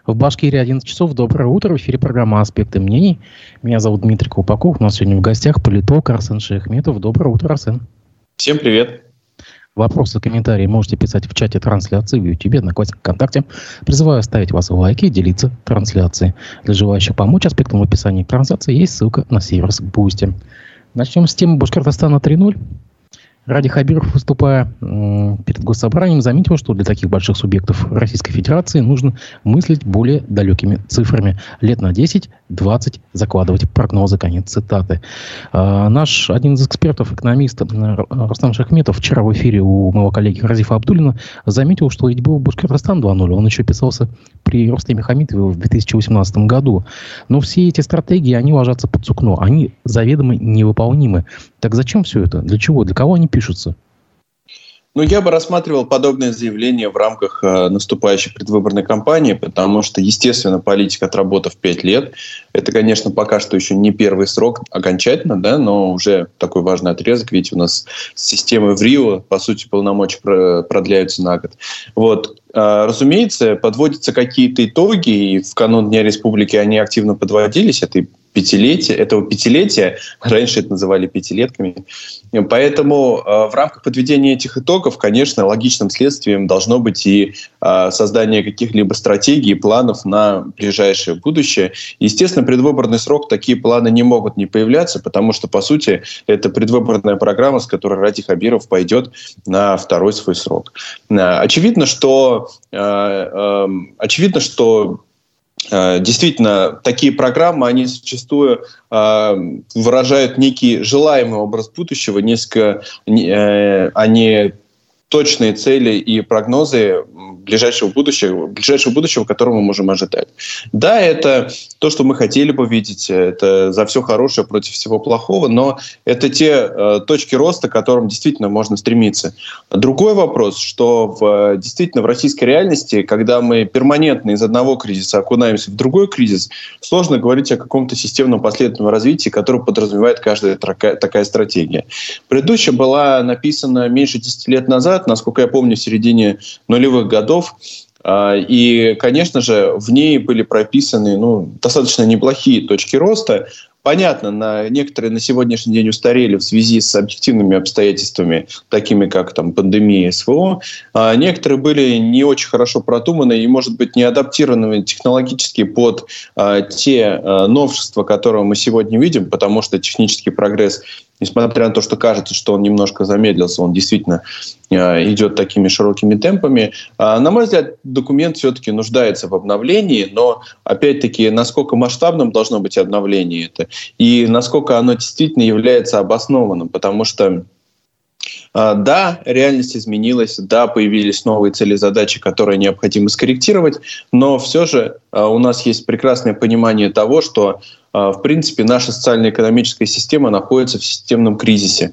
В Башкирии 11 часов. Доброе утро. В эфире программа «Аспекты мнений». Меня зовут Дмитрий Колпаков. У нас сегодня в гостях политолог Арсен Шаяхметов. Доброе утро, Арсен. Всем привет. Вопросы, комментарии можете писать в чате трансляции в YouTube, Одноклассниках, ВКонтакте. Призываю ставить вас лайки и делиться трансляцией. Для желающих помочь аспектам в описании к трансляции есть ссылка на сервис Boosty. Начнем с темы Башкортостана 3.0. Ради Хабиров, выступая перед госсобранием, заметил, что для таких больших субъектов Российской Федерации нужно мыслить более далекими цифрами. Лет на 10-20 закладывать прогнозы. Конец цитаты. Наш один из экспертов, экономист Рустам Шаяхметов, вчера в эфире у моего коллеги Разифа Абдуллина заметил, что ведь был Башкортостан 2.0. Он еще писался при Рустеме Хамитове в 2018 году. Но все эти стратегии, они ложатся под сукно. Они заведомо невыполнимы. Так зачем все это? Для чего? Для кого они пишутся? Я бы рассматривал подобное заявление в рамках наступающей предвыборной кампании, потому что, естественно, политик, отработав 5 лет, это, конечно, пока что еще не первый срок окончательно, да, но уже такой важный отрезок, ведь у нас с системой в Рио, по сути, полномочия продляются на год. Разумеется, подводятся какие-то итоги, и в канун Дня Республики они активно подводились, этого пятилетия, раньше это называли пятилетками. Поэтому в рамках подведения этих итогов, конечно, логичным следствием должно быть и создание каких-либо стратегий и планов на ближайшее будущее. Естественно, предвыборный срок такие планы не могут не появляться, потому что, по сути, это предвыборная программа, с которой Ради Хабиров пойдет на второй свой срок. Очевидно, что действительно, такие программы, они зачастую выражают некий желаемый образ будущего, а не точные цели и прогнозы ближайшего будущего, которого мы можем ожидать. Да, это то, что мы хотели бы видеть, это за все хорошее против всего плохого, но это те точки роста, к которым действительно можно стремиться. Другой вопрос, что действительно в российской реальности, когда мы перманентно из одного кризиса окунаемся в другой кризис, сложно говорить о каком-то системном последовательном развитии, которое подразумевает каждая такая стратегия. Предыдущая была написана меньше 10 лет назад, насколько я помню, в середине нулевых годов. И, конечно же, в ней были прописаны достаточно неплохие точки роста. Понятно, некоторые на сегодняшний день устарели в связи с объективными обстоятельствами, такими как пандемия, СВО. Некоторые были не очень хорошо продуманы и, может быть, не адаптированы технологически под те новшества, которые мы сегодня видим, потому что технический прогресс, несмотря на то, что кажется, что он немножко замедлился, он действительно идет такими широкими темпами. На мой взгляд, документ все-таки нуждается в обновлении, но, опять-таки, насколько масштабным должно быть обновление это, и насколько оно действительно является обоснованным, потому что да, реальность изменилась, да, появились новые цели и задачи, которые необходимо скорректировать, но все же у нас есть прекрасное понимание того, что в принципе, наша социально-экономическая система находится в системном кризисе.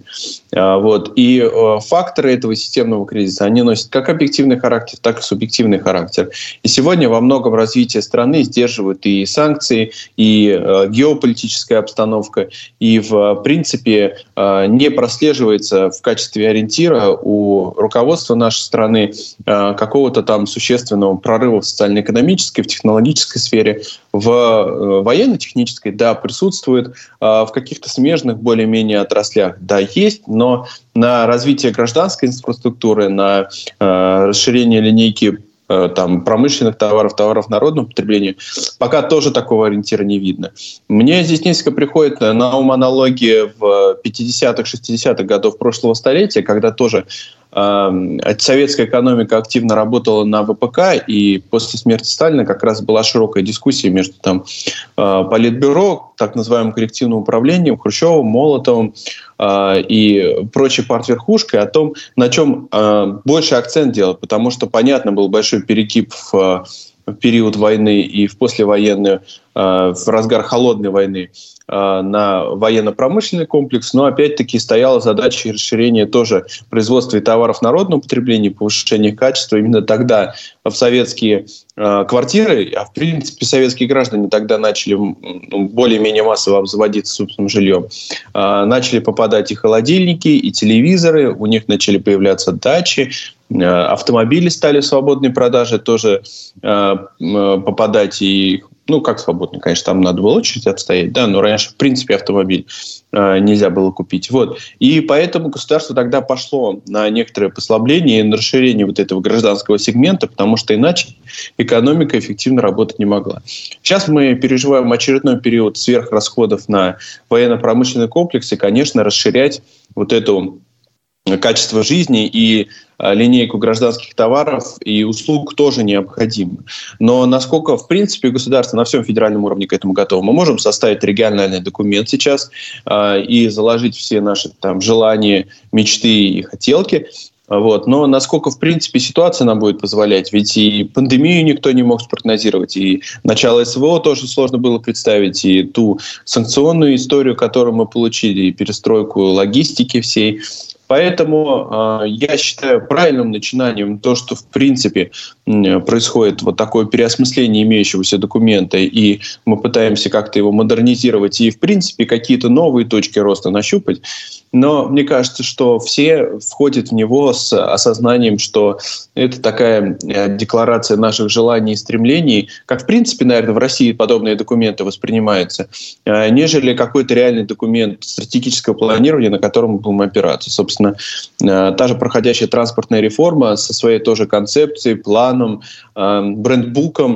И факторы этого системного кризиса, они носят как объективный характер, так и субъективный характер. И сегодня во многом развитие страны сдерживают и санкции, и геополитическая обстановка, и в принципе не прослеживается в качестве ориентира у руководства нашей страны какого-то там существенного прорыва в социально-экономической, в технологической сфере, в военно-технической, да, присутствует, в каких-то смежных более-менее отраслях, да, есть, но на развитие гражданской инфраструктуры, на расширение линейки промышленных товаров народного потребления, пока тоже такого ориентира не видно. Мне здесь несколько приходит на ум аналогия в 50-х, 60-х годов прошлого столетия, когда тоже советская экономика активно работала на ВПК, и после смерти Сталина как раз была широкая дискуссия между Политбюро, так называемым коллективным управлением, Хрущевым, Молотовым и прочей партверхушкой о том, на чем больше акцент делать, потому что, понятно, был большой перегиб в период войны и в послевоенную, в разгар холодной войны на военно-промышленный комплекс, но опять-таки стояла задача расширения тоже производства и товаров народного потребления, повышения качества. Именно тогда в советские квартиры, а в принципе советские граждане тогда начали более-менее массово обзаводиться собственным жильем, начали попадать и холодильники, и телевизоры, у них начали появляться дачи, автомобили стали в свободной продаже тоже попадать, и как свободно, конечно, там надо было очередь отстоять, да, но раньше, в принципе, автомобиль нельзя было купить. Вот. И поэтому государство тогда пошло на некоторое послабление и на расширение вот этого гражданского сегмента, потому что иначе экономика эффективно работать не могла. Сейчас мы переживаем очередной период сверхрасходов на военно-промышленный комплекс, и, конечно, расширять вот эту качество жизни и линейку гражданских товаров и услуг тоже необходимо. Но насколько, в принципе, государство на всем федеральном уровне к этому готово? Мы можем составить региональный документ сейчас и заложить все наши там желания, мечты и хотелки. Вот. Но насколько, в принципе, ситуация нам будет позволять? Ведь и пандемию никто не мог спрогнозировать, и начало СВО тоже сложно было представить, и ту санкционную историю, которую мы получили, и перестройку логистики всей. Поэтому я считаю правильным начинанием то, что в принципе происходит вот такое переосмысление имеющегося документа, и мы пытаемся как-то его модернизировать и в принципе какие-то новые точки роста нащупать. Но мне кажется, что все входят в него с осознанием, что это такая декларация наших желаний и стремлений, как в принципе, наверное, в России подобные документы воспринимаются, нежели какой-то реальный документ стратегического планирования, на котором мы будем опираться. Собственно, та же проходящая транспортная реформа со своей тоже концепцией, планом, брендбуком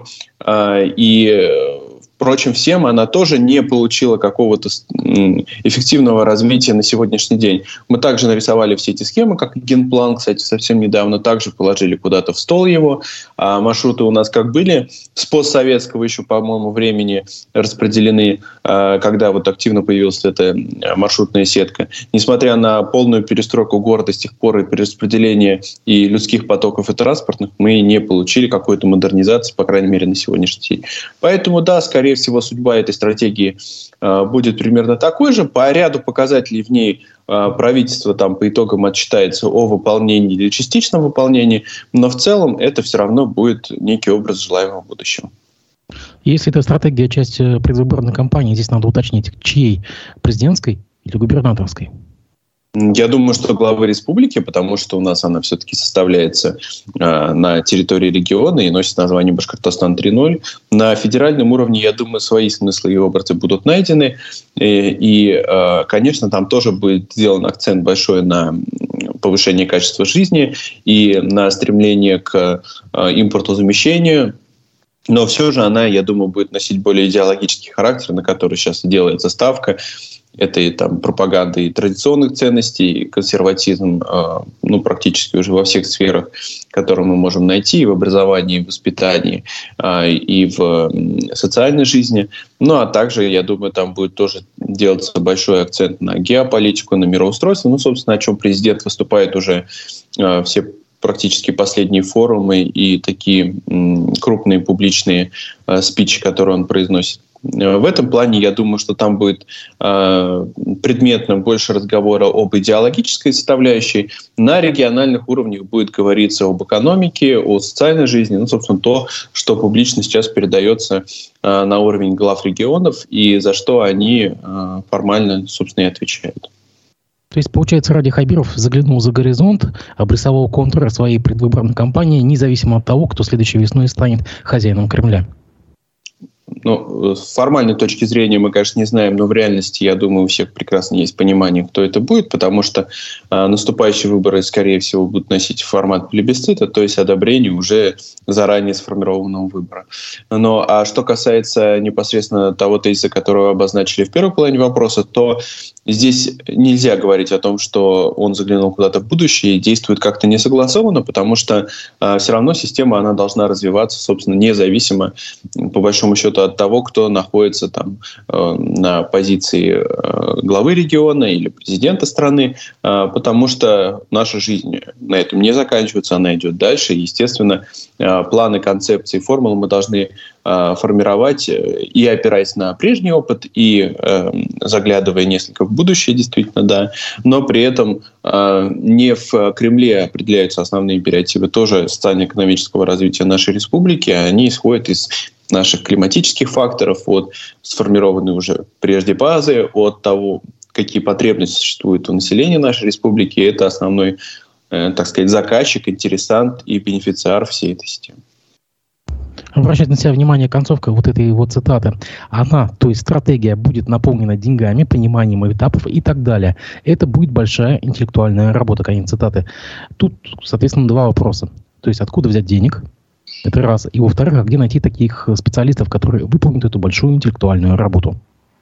и прочим всем, она тоже не получила какого-то эффективного развития на сегодняшний день. Мы также нарисовали все эти схемы, как генплан, кстати, совсем недавно, также положили куда-то в стол его. А маршруты у нас как были с постсоветского еще, по-моему, времени распределены, когда вот активно появилась эта маршрутная сетка. Несмотря на полную перестройку города с тех пор и перераспределение и людских потоков, и транспортных, мы не получили какой-то модернизации, по крайней мере, на сегодняшний день. Поэтому, да, скорее всего, судьба этой стратегии будет примерно такой же. По ряду показателей в ней правительство там по итогам отчитается о выполнении или частичном выполнении, но в целом это все равно будет некий образ желаемого будущего. Если эта стратегия часть предвыборной кампании, здесь надо уточнить, чьей? Президентской или губернаторской? Я думаю, что главы республики, потому что у нас она все-таки составляется на территории региона и носит название Башкортостан 3.0. На федеральном уровне, я думаю, свои смыслы и образы будут найдены. И, конечно, там тоже будет сделан акцент большой на повышение качества жизни и на стремление к импортозамещению. Но все же она, я думаю, будет носить более идеологический характер, на который сейчас и делается ставка. Это и там пропаганда и традиционных ценностей, и консерватизм, практически уже во всех сферах, которые мы можем найти, и в образовании, и в воспитании, и в социальной жизни. Ну, а также, я думаю, там будет тоже делаться большой акцент на геополитику, на мироустройство. Ну, собственно, о чем президент выступает уже все практически последние форумы и такие крупные публичные спичи, которые он произносит. В этом плане, я думаю, что там будет предметно больше разговора об идеологической составляющей. На региональных уровнях будет говориться об экономике, о социальной жизни. Собственно, то, что публично сейчас передается на уровень глав регионов и за что они формально, собственно, и отвечают. То есть, получается, Ради Хабиров заглянул за горизонт, обрисовал контуры своей предвыборной кампании, независимо от того, кто следующей весной станет хозяином Кремля. С формальной точки зрения мы, конечно, не знаем, но в реальности, я думаю, у всех прекрасно есть понимание, кто это будет, потому что наступающие выборы, скорее всего, будут носить формат плебисцита, то есть одобрение уже заранее сформированного выбора. А что касается непосредственно того тезиса, которого обозначили в первой половине вопроса, то здесь нельзя говорить о том, что он заглянул куда-то в будущее и действует как-то несогласованно, потому что все равно система, она должна развиваться, собственно, независимо, по большому счету, от того, кто находится там на позиции главы региона или президента страны, потому что наша жизнь на этом не заканчивается, она идет дальше. Естественно, планы, концепции, формулы мы должны формировать и опираясь на прежний опыт, и заглядывая несколько в будущее, действительно, да, но при этом не в Кремле определяются основные императивы тоже социально-экономического развития нашей республики, они исходят из наших климатических факторов, от сформированной уже прежде базы, от того, какие потребности существуют у населения нашей республики. Это основной так сказать, заказчик, интересант и бенефициар всей этой системы. Обращать на себя внимание концовка вот этой вот цитаты. Она, то есть стратегия, будет наполнена деньгами, пониманием этапов и так далее. Это будет большая интеллектуальная работа, конец цитаты. Тут, соответственно, два вопроса. То есть откуда взять денег? Это раз. И во-вторых, а где найти таких специалистов, которые выполнят эту большую интеллектуальную работу?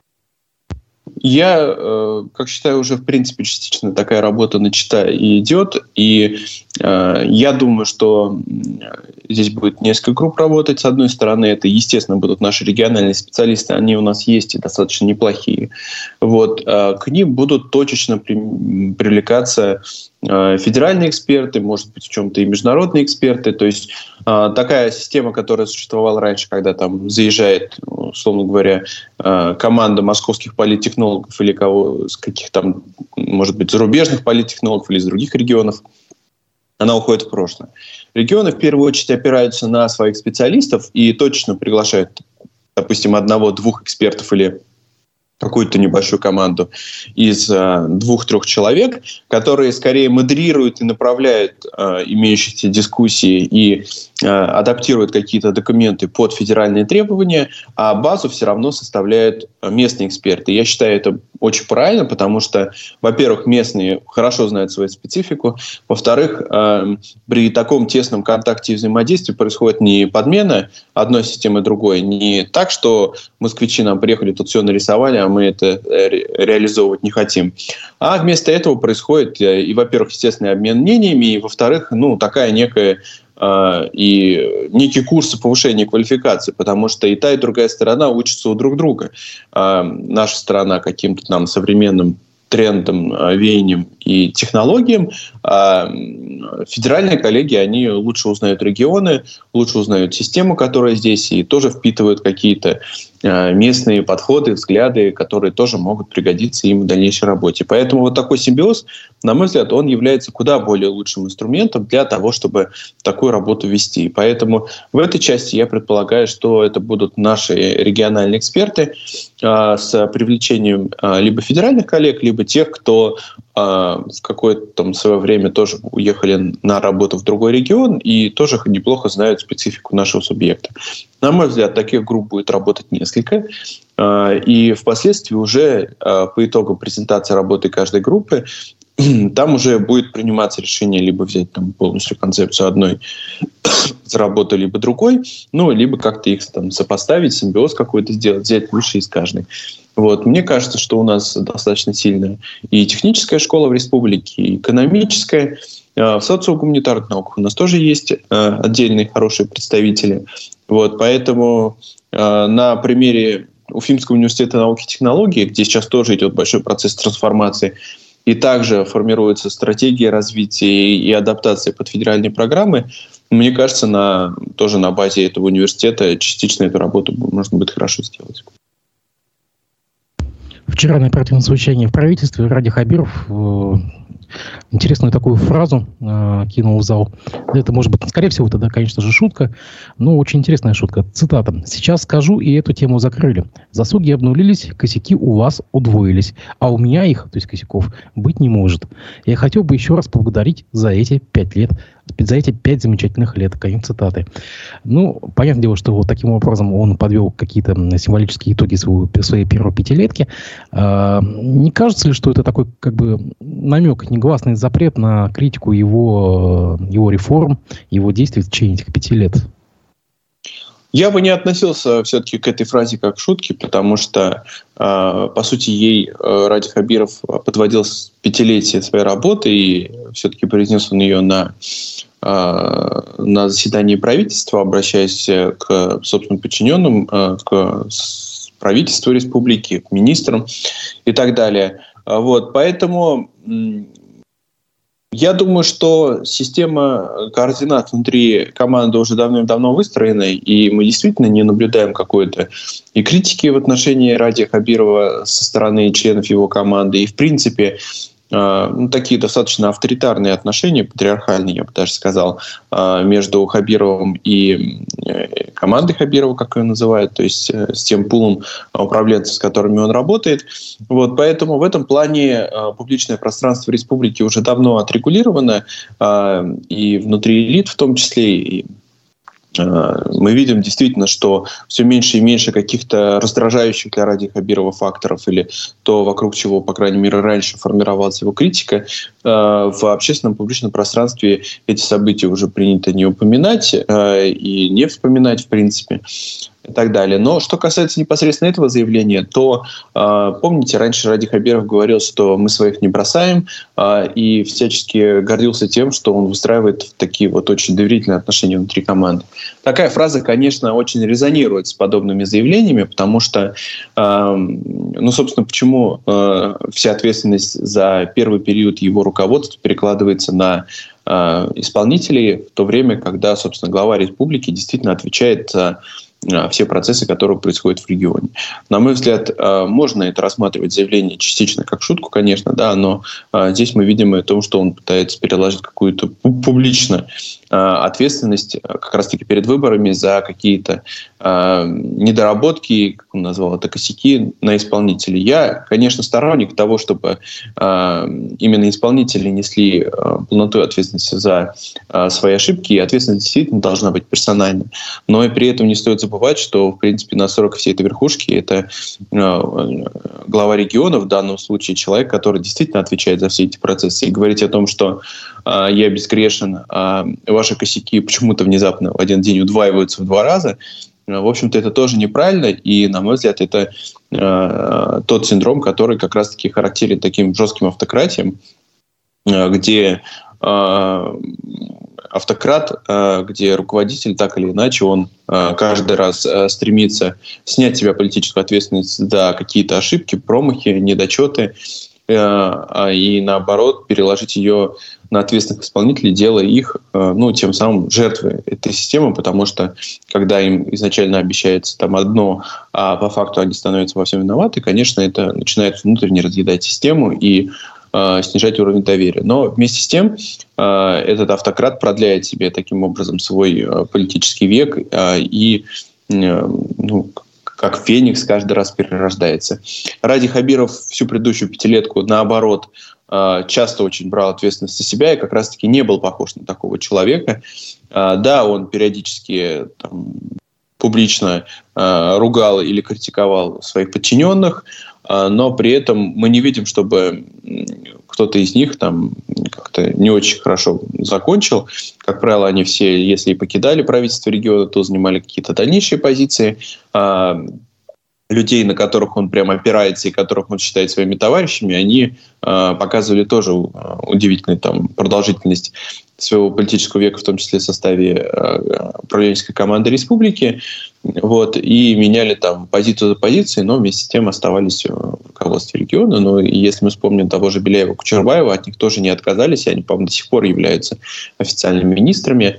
Я, как считаю, уже, в принципе, частично такая работа начата и идет. И я думаю, что здесь будет несколько групп работать. С одной стороны, это, естественно, будут наши региональные специалисты. Они у нас есть и достаточно неплохие. Вот. К ним будут точечно привлекаться федеральные эксперты, может быть, в чем-то и международные эксперты. То есть такая система, которая существовала раньше, когда там заезжает, условно говоря, команда московских политтехнологов или кого с каких там, может быть, зарубежных политтехнологов или из других регионов, она уходит в прошлое. Регионы в первую очередь опираются на своих специалистов и точно приглашают, допустим, одного-двух экспертов или какую-то небольшую команду из 2-3 человек, которые скорее модерируют и направляют имеющиеся дискуссии и адаптируют какие-то документы под федеральные требования, а базу все равно составляют местные эксперты. Я считаю, это очень правильно, потому что, во-первых, местные хорошо знают свою специфику, во-вторых, при таком тесном контакте и взаимодействии происходит не подмена одной системы другой, не так, что москвичи нам приехали, тут все нарисовали, а мы это реализовывать не хотим. А вместо этого происходит и, во-первых, естественный обмен мнениями, и, во-вторых, такая некая и некий курс повышения квалификации, потому что и та, и другая сторона учатся у друг друга. Наша сторона каким-то нам современным трендам, веяниям и технологиям, а федеральные коллеги, они лучше узнают регионы, лучше узнают систему, которая здесь, и тоже впитывают какие-то местные подходы, взгляды, которые тоже могут пригодиться им в дальнейшей работе. Поэтому вот такой симбиоз, на мой взгляд, он является куда более лучшим инструментом для того, чтобы такую работу вести. Поэтому в этой части я предполагаю, что это будут наши региональные эксперты с привлечением либо федеральных коллег, либо тех, кто в какое-то там свое время тоже уехали на работу в другой регион и тоже неплохо знают специфику нашего субъекта. На мой взгляд, таких групп будет работать несколько. И впоследствии уже по итогам презентации работы каждой группы там уже будет приниматься решение либо взять там полностью концепцию одной за работу, либо другой, либо как-то их там сопоставить, симбиоз какой-то сделать, взять лучшее из каждой. Вот. Мне кажется, что у нас достаточно сильная и техническая школа в республике, и экономическая. В социогуманитарных науках у нас тоже есть отдельные хорошие представители. Вот. Поэтому на примере Уфимского университета науки и технологий, где сейчас тоже идет большой процесс трансформации, и также формируется стратегия развития и адаптации под федеральные программы, мне кажется, тоже на базе этого университета частично эту работу можно будет хорошо сделать. Вчера на оперативном совещании в правительстве Ради Хабиров интересную такую фразу кинул в зал. Это может быть, скорее всего, тогда, конечно же, шутка, но очень интересная шутка. Цитата. «Сейчас скажу, и эту тему закрыли. Заслуги обнулились, косяки у вас удвоились, а у меня их, то есть косяков, быть не может. Я хотел бы еще раз поблагодарить за эти 5 лет, за эти 5 замечательных лет». Конец цитаты. Понятное дело, что вот таким образом он подвел какие-то символические итоги своей первой пятилетки. Не кажется ли, что это такой намек, негласный запрет на критику его реформ, его действий в течение этих 5 лет? Я бы не относился все-таки к этой фразе как к шутке, потому что, по сути, ей Ради Хабиров подводил пятилетие своей работы, и все-таки произнес он ее на заседании правительства, обращаясь к собственным подчиненным, к правительству республики, к министрам и так далее. Вот, поэтому я думаю, что система координат внутри команды уже давным-давно выстроена, и мы действительно не наблюдаем какой-то и критики в отношении Ради Хабирова со стороны членов его команды. И, в принципе, такие достаточно авторитарные отношения, патриархальные, я бы даже сказал, между Хабировым и командой Хабирова, как ее называют, то есть с тем пулом управленцев, с которыми он работает. Вот, поэтому в этом плане публичное пространство республики уже давно отрегулировано, и внутри элит в том числе, и мы видим действительно, что все меньше и меньше каких-то раздражающих для Ради Хабирова факторов или то, вокруг чего, по крайней мере, раньше формировалась его критика. В общественном публичном пространстве эти события уже принято не упоминать и не вспоминать, в принципе, и так далее. Но что касается непосредственно этого заявления, то, помните, раньше Ради Хабиров говорил, что мы своих не бросаем, и всячески гордился тем, что он выстраивает такие вот очень доверительные отношения внутри команды. Такая фраза, конечно, очень резонирует с подобными заявлениями, потому что, собственно, почему вся ответственность за первый период его руководства перекладывается на исполнителей, в то время, когда, собственно, глава республики действительно отвечает за все процессы, которые происходят в регионе. На мой взгляд, можно это рассматривать заявление частично как шутку, конечно, да, но здесь мы видим и то, что он пытается переложить какую-то публичную ответственность как раз-таки перед выборами за какие-то недоработки, как он назвал это, косяки на исполнителей. Я, конечно, сторонник того, чтобы именно исполнители несли полноту ответственности за свои ошибки, и ответственность действительно должна быть персональной. Но и при этом не стоит забывать, что, в принципе, носорог всей этой верхушки — это глава региона, в данном случае человек, который действительно отвечает за все эти процессы. И говорить о том, что я безгрешен, а ваши косяки почему-то внезапно в один день удваиваются в 2 раза, в общем-то, это тоже неправильно, и, на мой взгляд, это тот синдром, который как раз-таки характерен таким жестким автократиям, где автократ, где руководитель так или иначе, он каждый раз стремится снять с себя политическую ответственность за какие-то ошибки, промахи, недочеты, и наоборот переложить ее на ответственных исполнителей, делая их, тем самым жертвой этой системы, потому что когда им изначально обещается там одно, а по факту они становятся во всем виноваты, конечно, это начинает внутренне разъедать систему и снижать уровень доверия. Но вместе с тем этот автократ продляет себе таким образом свой политический век и как феникс каждый раз перерождается. Ради Хабиров всю предыдущую пятилетку, наоборот, часто очень брал ответственность за себя и как раз-таки не был похож на такого человека. Да, он периодически публично ругал или критиковал своих подчиненных, но при этом мы не видим, чтобы кто-то из них как-то не очень хорошо закончил. Как правило, они все, если и покидали правительство региона, то занимали какие-то дальнейшие позиции. Людей, на которых он прямо опирается и которых он считает своими товарищами, они показывали тоже удивительную продолжительность своего политического века, в том числе в составе управленческой команды республики, и меняли позицию за позицией, но вместе с тем оставались в руководстве региона. Но если мы вспомним того же Беляева, Кучербаева, от них тоже не отказались, и они, по-моему, до сих пор являются официальными министрами.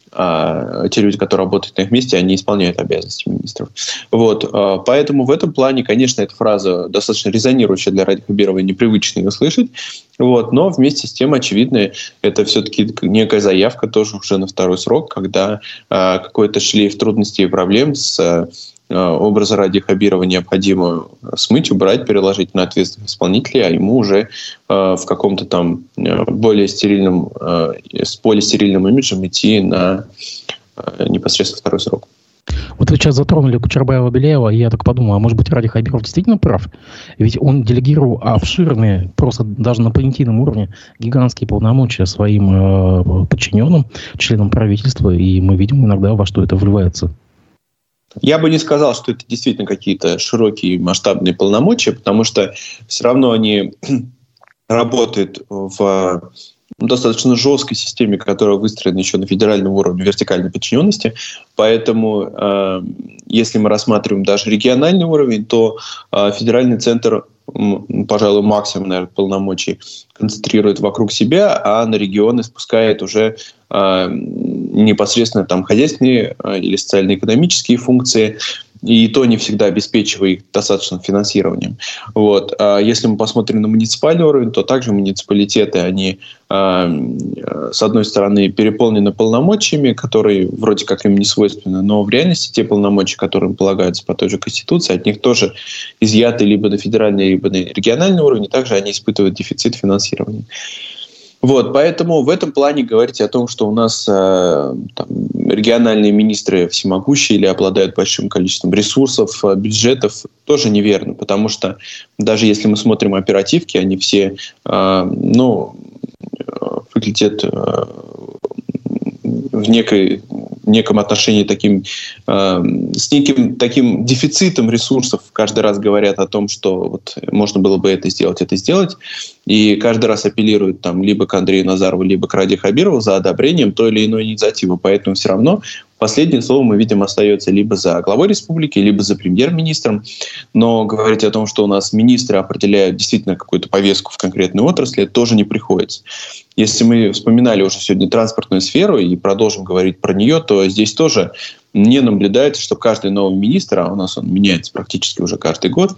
Те люди, которые работают на их месте, они исполняют обязанности министров. Поэтому в этом плане, конечно, эта фраза достаточно резонирующая для Ради Хабирова и непривычно ее слышать. Но вместе с тем, очевидно, это все-таки некая заявка тоже уже на второй срок, когда какой-то шлейф трудностей и проблем с образа Ради Хабирова необходимо смыть, убрать, переложить на ответственных исполнителей, а ему уже в каком-то более стерильном, с более стерильным имиджем идти на непосредственно второй срок. Вот вы сейчас затронули Кучербаева-Беляева, и я так подумал, а может быть, Ради Хабиров действительно прав? Ведь он делегировал обширные, просто даже на понятийном уровне, гигантские полномочия своим подчиненным, членам правительства, и мы видим иногда, во что это вливается. Я бы не сказал, что это действительно какие-то широкие масштабные полномочия, потому что все равно они работают в достаточно жесткой системе, которая выстроена еще на федеральном уровне вертикальной подчиненности. Поэтому, если мы рассматриваем даже региональный уровень, то федеральный центр, пожалуй, максимум, наверное, полномочий концентрирует вокруг себя, а на регионы спускает уже непосредственно хозяйственные или социально-экономические функции. и то не всегда обеспечивая их достаточным финансированием. Вот. А если мы посмотрим на муниципальный уровень, то также муниципалитеты, они, с одной стороны, переполнены полномочиями, которые вроде как им не свойственны, но в реальности те полномочия, которые им полагаются по той же Конституции, от них тоже изъяты либо на федеральный, либо на региональный уровень, также они испытывают дефицит финансирования. Вот, поэтому в этом плане говорить о том, что у нас региональные министры всемогущие или обладают большим количеством ресурсов, бюджетов, тоже неверно, потому что даже если мы смотрим оперативки, они все выглядят в неком отношении с неким таким дефицитом ресурсов. Каждый раз говорят о том, что вот можно было бы это сделать. И каждый раз апеллируют либо к Андрею Назарову, либо к Раде Хабирову за одобрением той или иной инициативы. Поэтому все равно последнее слово, мы видим, остается либо за главой республики, либо за премьер-министром. Но говорить о том, что у нас министры определяют действительно какую-то повестку в конкретной отрасли, это тоже не приходится. Если мы вспоминали уже сегодня транспортную сферу и продолжим говорить про нее, то здесь тоже не наблюдается, что каждый новый министр, а у нас он меняется практически уже каждый год,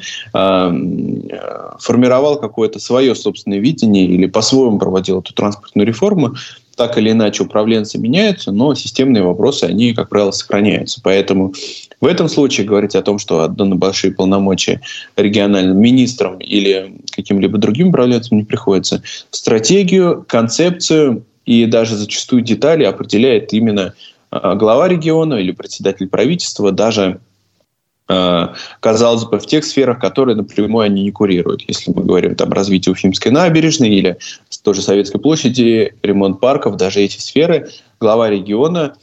формировал какое-то свое собственное видение или по-своему проводил эту транспортную реформу. Так или иначе управленцы меняются, но системные вопросы, они, как правило, сохраняются. Поэтому в этом случае говорить о том, что отданы большие полномочия региональным министрам или каким-либо другим управленцам не приходится. Стратегию, концепцию и даже зачастую детали определяет именно глава региона или председатель правительства, даже, казалось бы, в тех сферах, которые напрямую они не курируют. Если мы говорим о развитии Уфимской набережной или той же Советской площади, ремонт парков, даже эти сферы глава региона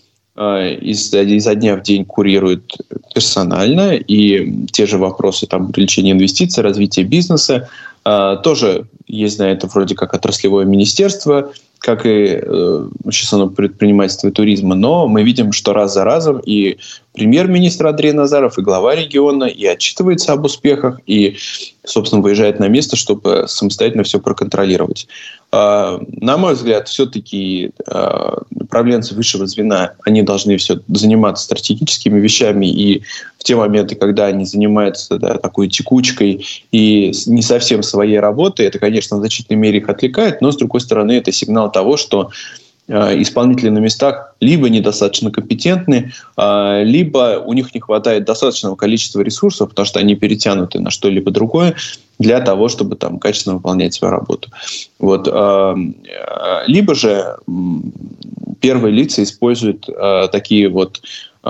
изо дня в день курирует персонально, и те же вопросы привлечения инвестиций, развития бизнеса, тоже есть на это вроде как отраслевое министерство, как и сейчас оно предпринимательства и туризма, но мы видим, что раз за разом и премьер-министр Андрей Назаров, и глава региона и отчитывается об успехах, и, собственно, выезжает на место, чтобы самостоятельно все проконтролировать. На мой взгляд, все-таки управленцы высшего звена, они должны все заниматься стратегическими вещами, и в те моменты, когда они занимаются такой текучкой и не совсем своей работой, это, конечно, в значительной мере их отвлекает, но, с другой стороны, это сигнал того, что исполнители на местах либо недостаточно компетентны, либо у них не хватает достаточного количества ресурсов, потому что они перетянуты на что-либо другое, для того, чтобы качественно выполнять свою работу. Вот. Либо же первые лица используют такие вот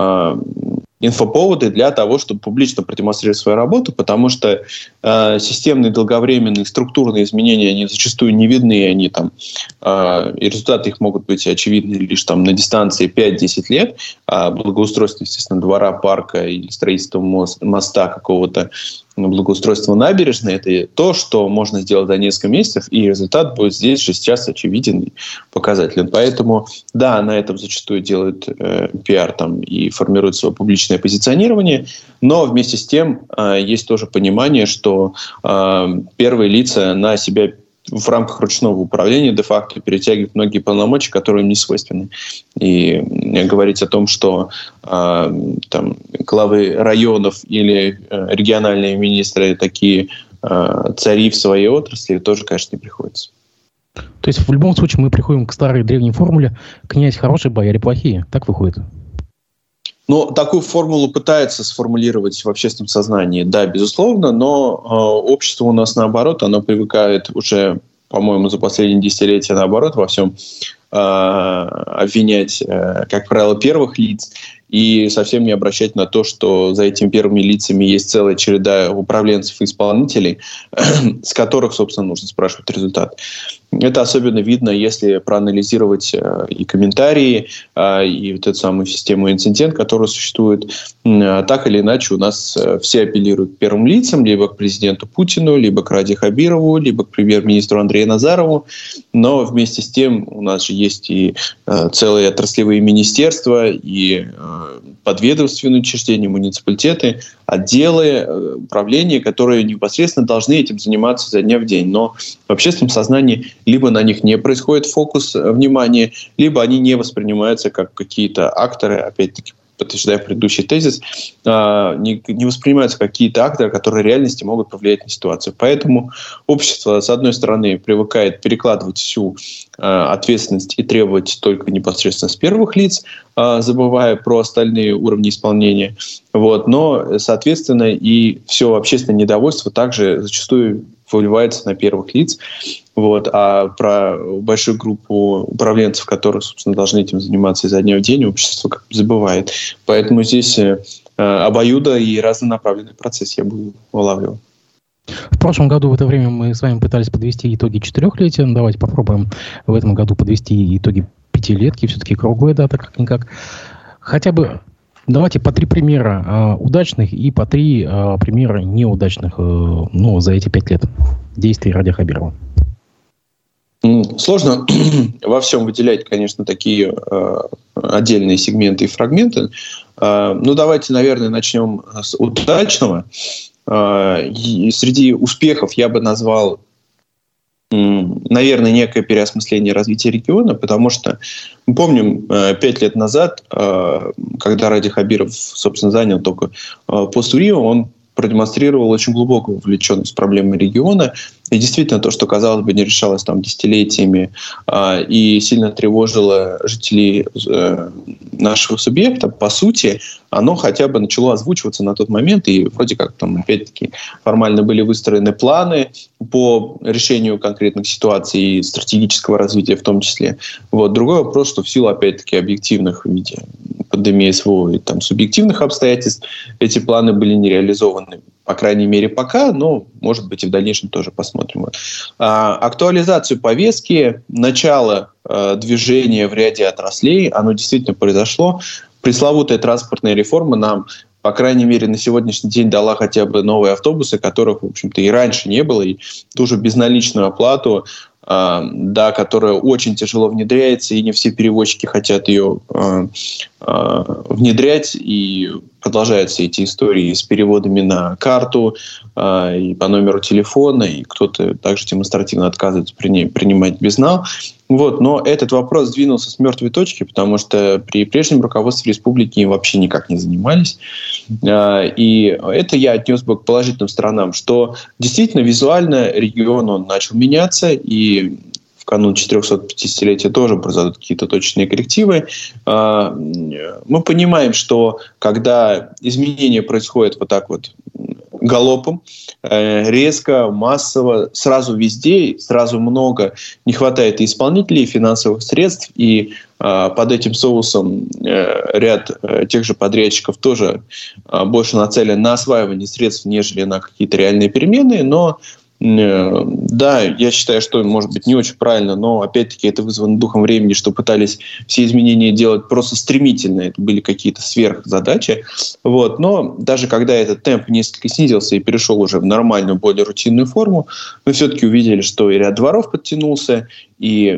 инфоповоды для того, чтобы публично продемонстрировать свою работу, потому что системные, долговременные, структурные изменения, они зачастую не видны, и результаты их могут быть очевидны лишь на дистанции 5-10 лет, а благоустройство, естественно, двора, парка или строительство моста какого-то, благоустройство набережной, это то, что можно сделать за несколько месяцев, и результат будет здесь же сейчас очевиден и показателен. Поэтому, да, на этом зачастую делают пиар и формируют свое публичное позиционирование, но вместе с тем есть тоже понимание, что первые лица на себя в рамках ручного управления де-факто перетягивают многие полномочия, которые им не свойственны. И говорить о том, что главы районов или региональные министры такие цари в своей отрасли, тоже, конечно, не приходится. То есть в любом случае мы приходим к старой древней формуле: князь хороший, бояре плохие. Так выходит? Такую формулу пытаются сформулировать в общественном сознании, да, безусловно, но общество у нас, наоборот, оно привыкает уже, по-моему, за последние десятилетия, наоборот, во всем обвинять, как правило, первых лиц, и совсем не обращать на то, что за этими первыми лицами есть целая череда управленцев и исполнителей, с которых, собственно, нужно спрашивать результат. Это особенно видно, если проанализировать и комментарии, и вот эту самую систему инцидент, которая существует. Так или иначе, у нас все апеллируют к первым лицам, либо к президенту Путину, либо к Раде Хабирову, либо к премьер-министру Андрею Назарову. Но вместе с тем у нас же есть и целые отраслевые министерства, и подведомственные учреждения, муниципалитеты, отделы, управления, которые непосредственно должны этим заниматься изо дня в день. Но в общественном сознании либо на них не происходит фокус внимания, либо они не воспринимаются как какие-то акторы, опять-таки, подтверждая предыдущий тезис, не воспринимаются какие-то акторы, которые в реальности могут повлиять на ситуацию. Поэтому общество, с одной стороны, привыкает перекладывать всю ответственность и требовать только непосредственно с первых лиц, забывая про остальные уровни исполнения. Но, соответственно, и все общественное недовольство также зачастую выливается на первых лиц. А про большую группу управленцев, которые, собственно, должны этим заниматься изо дня в день, общество как бы забывает. Поэтому здесь обоюдо и разнонаправленный процесс я бы улавливал. В прошлом году в это время мы с вами пытались подвести итоги 4-летия. Давайте попробуем в этом году подвести итоги 5-летки. Все-таки круглая дата, как-никак. Хотя бы давайте по 3 примера удачных и по 3 примера неудачных за эти 5 лет действий Радия Хабирова. Сложно во всем выделять, конечно, такие отдельные сегменты и фрагменты. Давайте, наверное, начнем с удачного. И среди успехов я бы назвал, наверное, некое переосмысление развития региона, потому что мы помним 5 лет назад, когда Радий Хабиров, собственно, занял только пост УРИО, он продемонстрировал очень глубокую вовлеченность в проблемы региона. И действительно, то, что, казалось бы, не решалось там десятилетиями и сильно тревожило жителей нашего субъекта, по сути, оно хотя бы начало озвучиваться на тот момент. И вроде как там, опять-таки, формально были выстроены планы по решению конкретных ситуаций и стратегического развития в том числе. Другой вопрос, что в силу, опять-таки, объективных в виде пандемии СВО и там субъективных обстоятельств эти планы были не реализованы. По крайней мере, пока, но, может быть, и в дальнейшем тоже посмотрим. Актуализацию повестки, начало движения в ряде отраслей, оно действительно произошло. Пресловутая транспортная реформа нам, по крайней мере, на сегодняшний день дала хотя бы новые автобусы, которых, в общем-то, и раньше не было, и ту же безналичную оплату, которая очень тяжело внедряется, и не все перевозчики хотят ее внедрять, и продолжаются эти истории с переводами на карту и по номеру телефона, и кто-то также демонстративно отказывается принимать безнал. Но этот вопрос сдвинулся с мертвой точки, потому что при прежнем руководстве республики им вообще никак не занимались. И это я отнес бы к положительным сторонам, что действительно визуально регион он начал меняться, и в канун 450-летия тоже произойдут какие-то точечные коррективы. Мы понимаем, что когда изменения происходят вот так вот галопом, резко, массово, сразу везде, сразу много, не хватает и исполнителей, и финансовых средств, и под этим соусом ряд тех же подрядчиков тоже больше нацелен на осваивание средств, нежели на какие-то реальные перемены, но да, я считаю, что, может быть, не очень правильно, но, опять-таки, это вызвано духом времени, что пытались все изменения делать просто стремительно. Это были какие-то сверхзадачи. Но даже когда этот темп несколько снизился и перешел уже в нормальную, более рутинную форму, мы все-таки увидели, что и ряд дворов подтянулся, и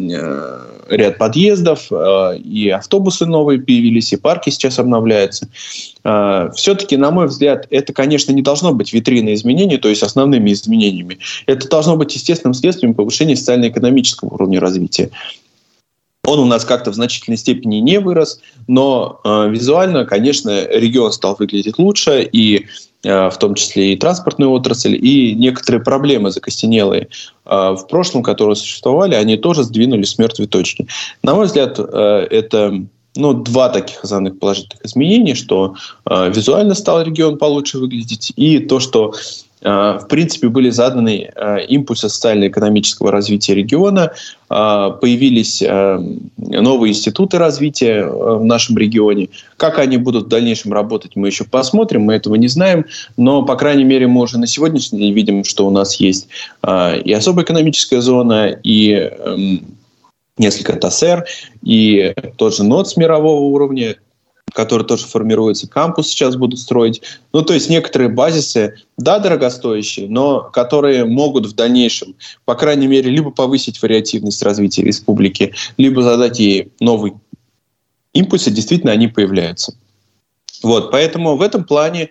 ряд подъездов, и автобусы новые появились, и парки сейчас обновляются. Все-таки, на мой взгляд, это, конечно, не должно быть витриной изменений, то есть основными изменениями. Это должно быть естественным следствием повышения социально-экономического уровня развития. Он у нас как-то в значительной степени не вырос, но визуально, конечно, регион стал выглядеть лучше, и в том числе и транспортную отрасль, и некоторые проблемы закостенелые в прошлом, которые существовали, они тоже сдвинулись с мертвой точки. На мой взгляд, это два таких основных положительных изменений, что визуально стал регион получше выглядеть, и то, что в принципе, были заданы импульсы социально-экономического развития региона, появились новые институты развития в нашем регионе. Как они будут в дальнейшем работать, мы еще посмотрим, мы этого не знаем, но, по крайней мере, мы уже на сегодняшний день видим, что у нас есть и особая экономическая зона, и несколько ТАСЭР, и тот же НОЦ мирового уровня, который тоже формируется, кампус сейчас будут строить. То есть некоторые базисы, да, дорогостоящие, но которые могут в дальнейшем, по крайней мере, либо повысить вариативность развития республики, либо задать ей новый импульс, и действительно они появляются. Поэтому в этом плане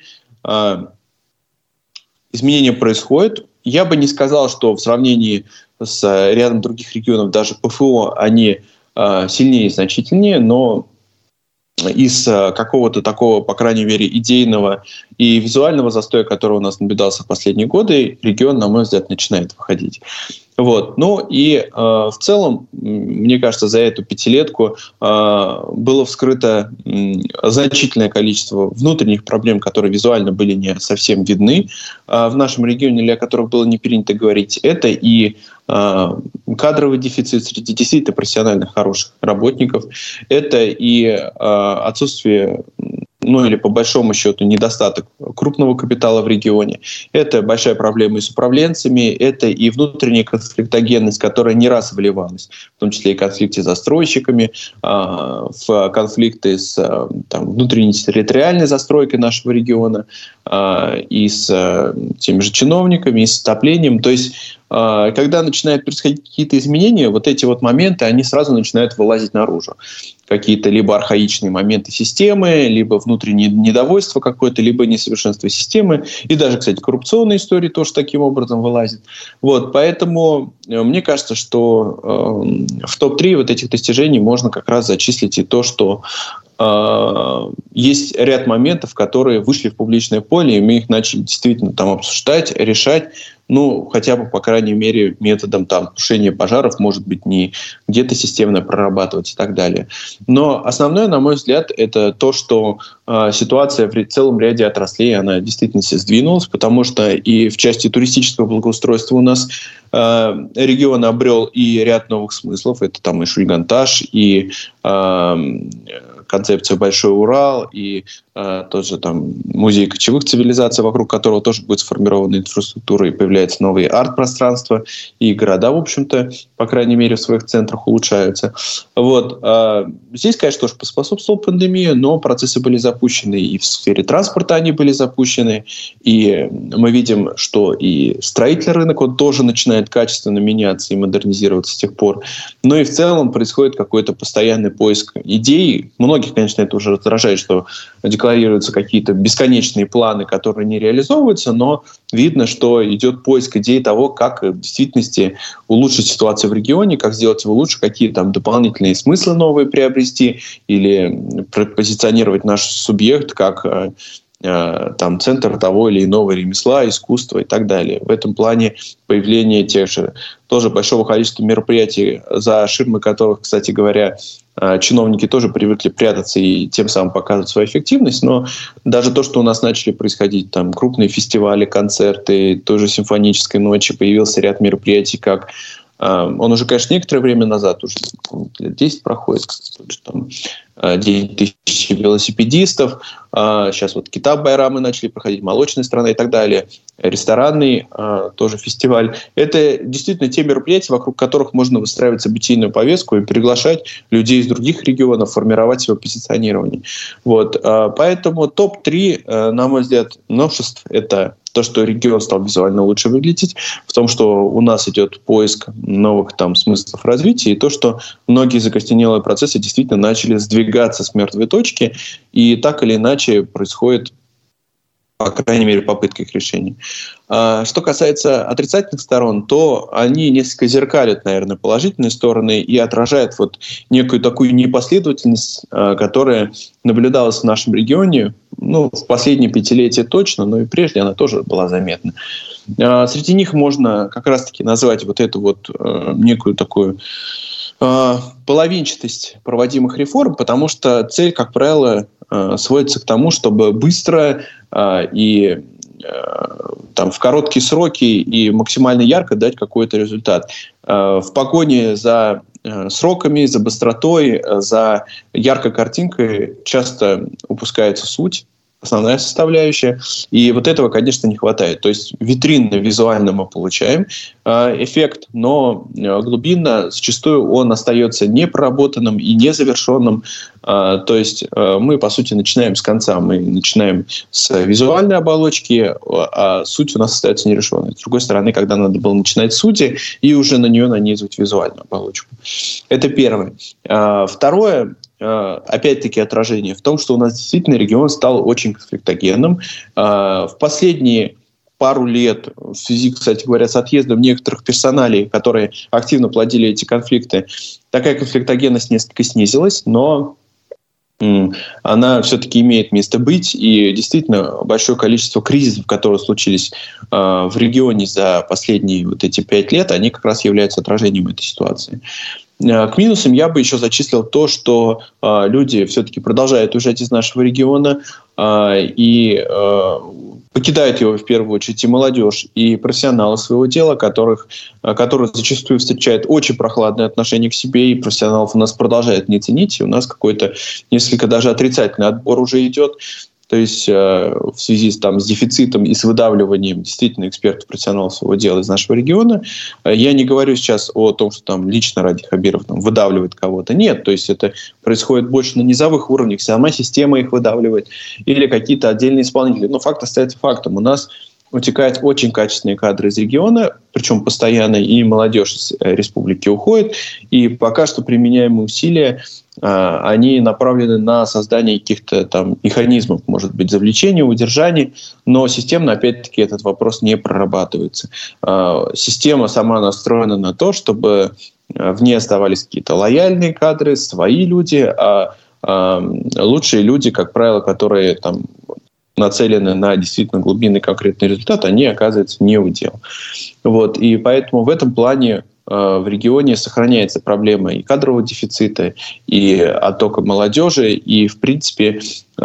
изменения происходят. Я бы не сказал, что в сравнении с рядом других регионов, даже ПФО, они сильнее и значительнее, но из какого-то такого, по крайней мере, идейного и визуального застоя, который у нас наблюдался в последние годы, регион, на мой взгляд, начинает выходить. Вот. Ну и в целом, мне кажется, за эту пятилетку было вскрыто значительное количество внутренних проблем, которые визуально были не совсем видны в нашем регионе, или о которых было не принято говорить. Это и кадровый дефицит среди действительно профессиональных хороших работников, это и отсутствие, ну или по большому счету недостаток крупного капитала в регионе. Это большая проблема и с управленцами, это и внутренняя конфликтогенность, которая не раз выливалась, в том числе и в конфликте с застройщиками, в конфликты с внутренней территориальной застройкой нашего региона, и с теми же чиновниками, и с отоплением. То есть когда начинают происходить какие-то изменения, вот эти вот моменты, они сразу начинают вылазить наружу. Какие-то либо архаичные моменты системы, либо внутреннее недовольство какое-то, либо несовершенство системы. И даже, кстати, коррупционные истории тоже таким образом вылазят. Вот, поэтому мне кажется, что в топ-3 вот этих достижений можно как раз зачислить и то, что есть ряд моментов, которые вышли в публичное поле, и мы их начали действительно там обсуждать, решать, ну, хотя бы, по крайней мере, методом тушения пожаров, может быть, не где-то системно прорабатывать и так далее. Но основное, на мой взгляд, это то, что ситуация в целом ряде отраслей, она действительно сдвинулась, потому что и в части туристического благоустройства у нас регион обрел и ряд новых смыслов. Это там и Шульганташ, и концепция «Большой Урал», и тоже там музей кочевых цивилизаций, вокруг которого тоже будет сформирована инфраструктура, и появляются новые арт-пространства, и города, в общем-то, по крайней мере, в своих центрах улучшаются. Вот. Здесь, конечно, тоже поспособствовала пандемия, но процессы были запущены, и в сфере транспорта они были запущены, и мы видим, что и строительный рынок, он тоже начинает качественно меняться и модернизироваться с тех пор. Но и в целом происходит какой-то постоянный поиск идей. Многих, конечно, это уже раздражает, что декларируются какие-то бесконечные планы, которые не реализовываются, но видно, что идет поиск идей того, как в действительности улучшить ситуацию в регионе, как сделать его лучше, какие там дополнительные смыслы новые приобрести или позиционировать наш субъект как там центр того или иного ремесла, искусства и так далее. В этом плане появление тех же тоже большого количества мероприятий, за ширмой которых, кстати говоря, чиновники тоже привыкли прятаться и тем самым показывать свою эффективность, но даже то, что у нас начали происходить там крупные фестивали, концерты, той же симфонической ночи, появился ряд мероприятий, как он уже, конечно, некоторое время назад, уже лет 10 проходит, там, День тысячи велосипедистов, сейчас вот Китап-байрамы начали проходить, молочная страна и так далее, ресторанный тоже фестиваль. Это действительно те мероприятия, вокруг которых можно выстраивать событийную повестку и приглашать людей из других регионов, формировать свое позиционирование. Вот. Поэтому топ-3, на мой взгляд, новшеств — это то, что регион стал визуально лучше выглядеть, в том, что у нас идет поиск новых там смыслов развития, и то, что многие закостенелые процессы действительно начали сдвигаться с мертвой точки, и так или иначе происходит, по крайней мере, попытка их решения. Что касается отрицательных сторон, то они несколько зеркалят, наверное, положительные стороны и отражают вот некую такую непоследовательность, которая наблюдалась в нашем регионе, ну, в последние пятилетия точно, но и прежде она тоже была заметна. Среди них можно как раз-таки назвать вот эту вот некую такую половинчатость проводимых реформ, потому что цель, как правило, сводится к тому, чтобы быстро и там, в короткие сроки и максимально ярко дать какой-то результат. В погоне за сроками, за быстротой, за яркой картинкой часто упускается суть, основная составляющая. И вот этого, конечно, не хватает. То есть витринно, визуально мы получаем эффект, но глубинно зачастую он остается непроработанным и незавершенным. То есть мы, по сути, начинаем с конца. Мы начинаем с визуальной оболочки, а суть у нас остается нерешенной. С другой стороны, когда надо было начинать с сути и уже на нее нанизывать визуальную оболочку. Это первое. Второе, опять-таки, отражение в том, что у нас действительно регион стал очень конфликтогенным. В последние пару лет, в связи, кстати говоря, с отъездом некоторых персоналей, которые активно плодили эти конфликты, такая конфликтогенность несколько снизилась, но она все-таки имеет место быть, и действительно большое количество кризисов, которые случились в регионе за последние вот эти 5 лет, они как раз являются отражением этой ситуации. К минусам я бы еще зачислил то, что люди все-таки продолжают уезжать из нашего региона и покидают его в первую очередь и молодежь, и профессионалы своего дела, которые зачастую встречают очень прохладное отношение к себе, и профессионалов у нас продолжают не ценить, и у нас какой-то несколько даже отрицательный отбор уже идет. То есть в связи с дефицитом и с выдавливанием действительно экспертов, профессионалов своего дела из нашего региона, я не говорю сейчас о том, что там лично Ради Хабиров выдавливает кого-то. Нет, то есть это происходит больше на низовых уровнях, сама система их выдавливает или какие-то отдельные исполнители. Но факт остается фактом. У нас утекают очень качественные кадры из региона, причем постоянно, и молодежь из республики уходит. И пока что применяемые усилия, они направлены на создание каких-то там механизмов, может быть, завлечения, удержания, но системно, опять-таки, этот вопрос не прорабатывается. Система сама настроена на то, чтобы в ней оставались какие-то лояльные кадры, свои люди, а лучшие люди, как правило, которые там нацелены на действительно глубинный конкретный результат, они оказываются не у дел. Вот. И поэтому в этом плане в регионе сохраняется проблема и кадрового дефицита, и оттока молодежи, и, в принципе,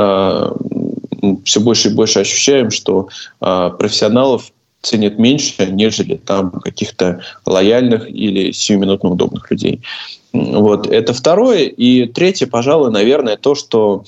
все больше и больше ощущаем, что профессионалов ценят меньше, нежели там каких-то лояльных или сиюминутно удобных людей. Вот. Это второе. И третье, пожалуй, наверное, то, что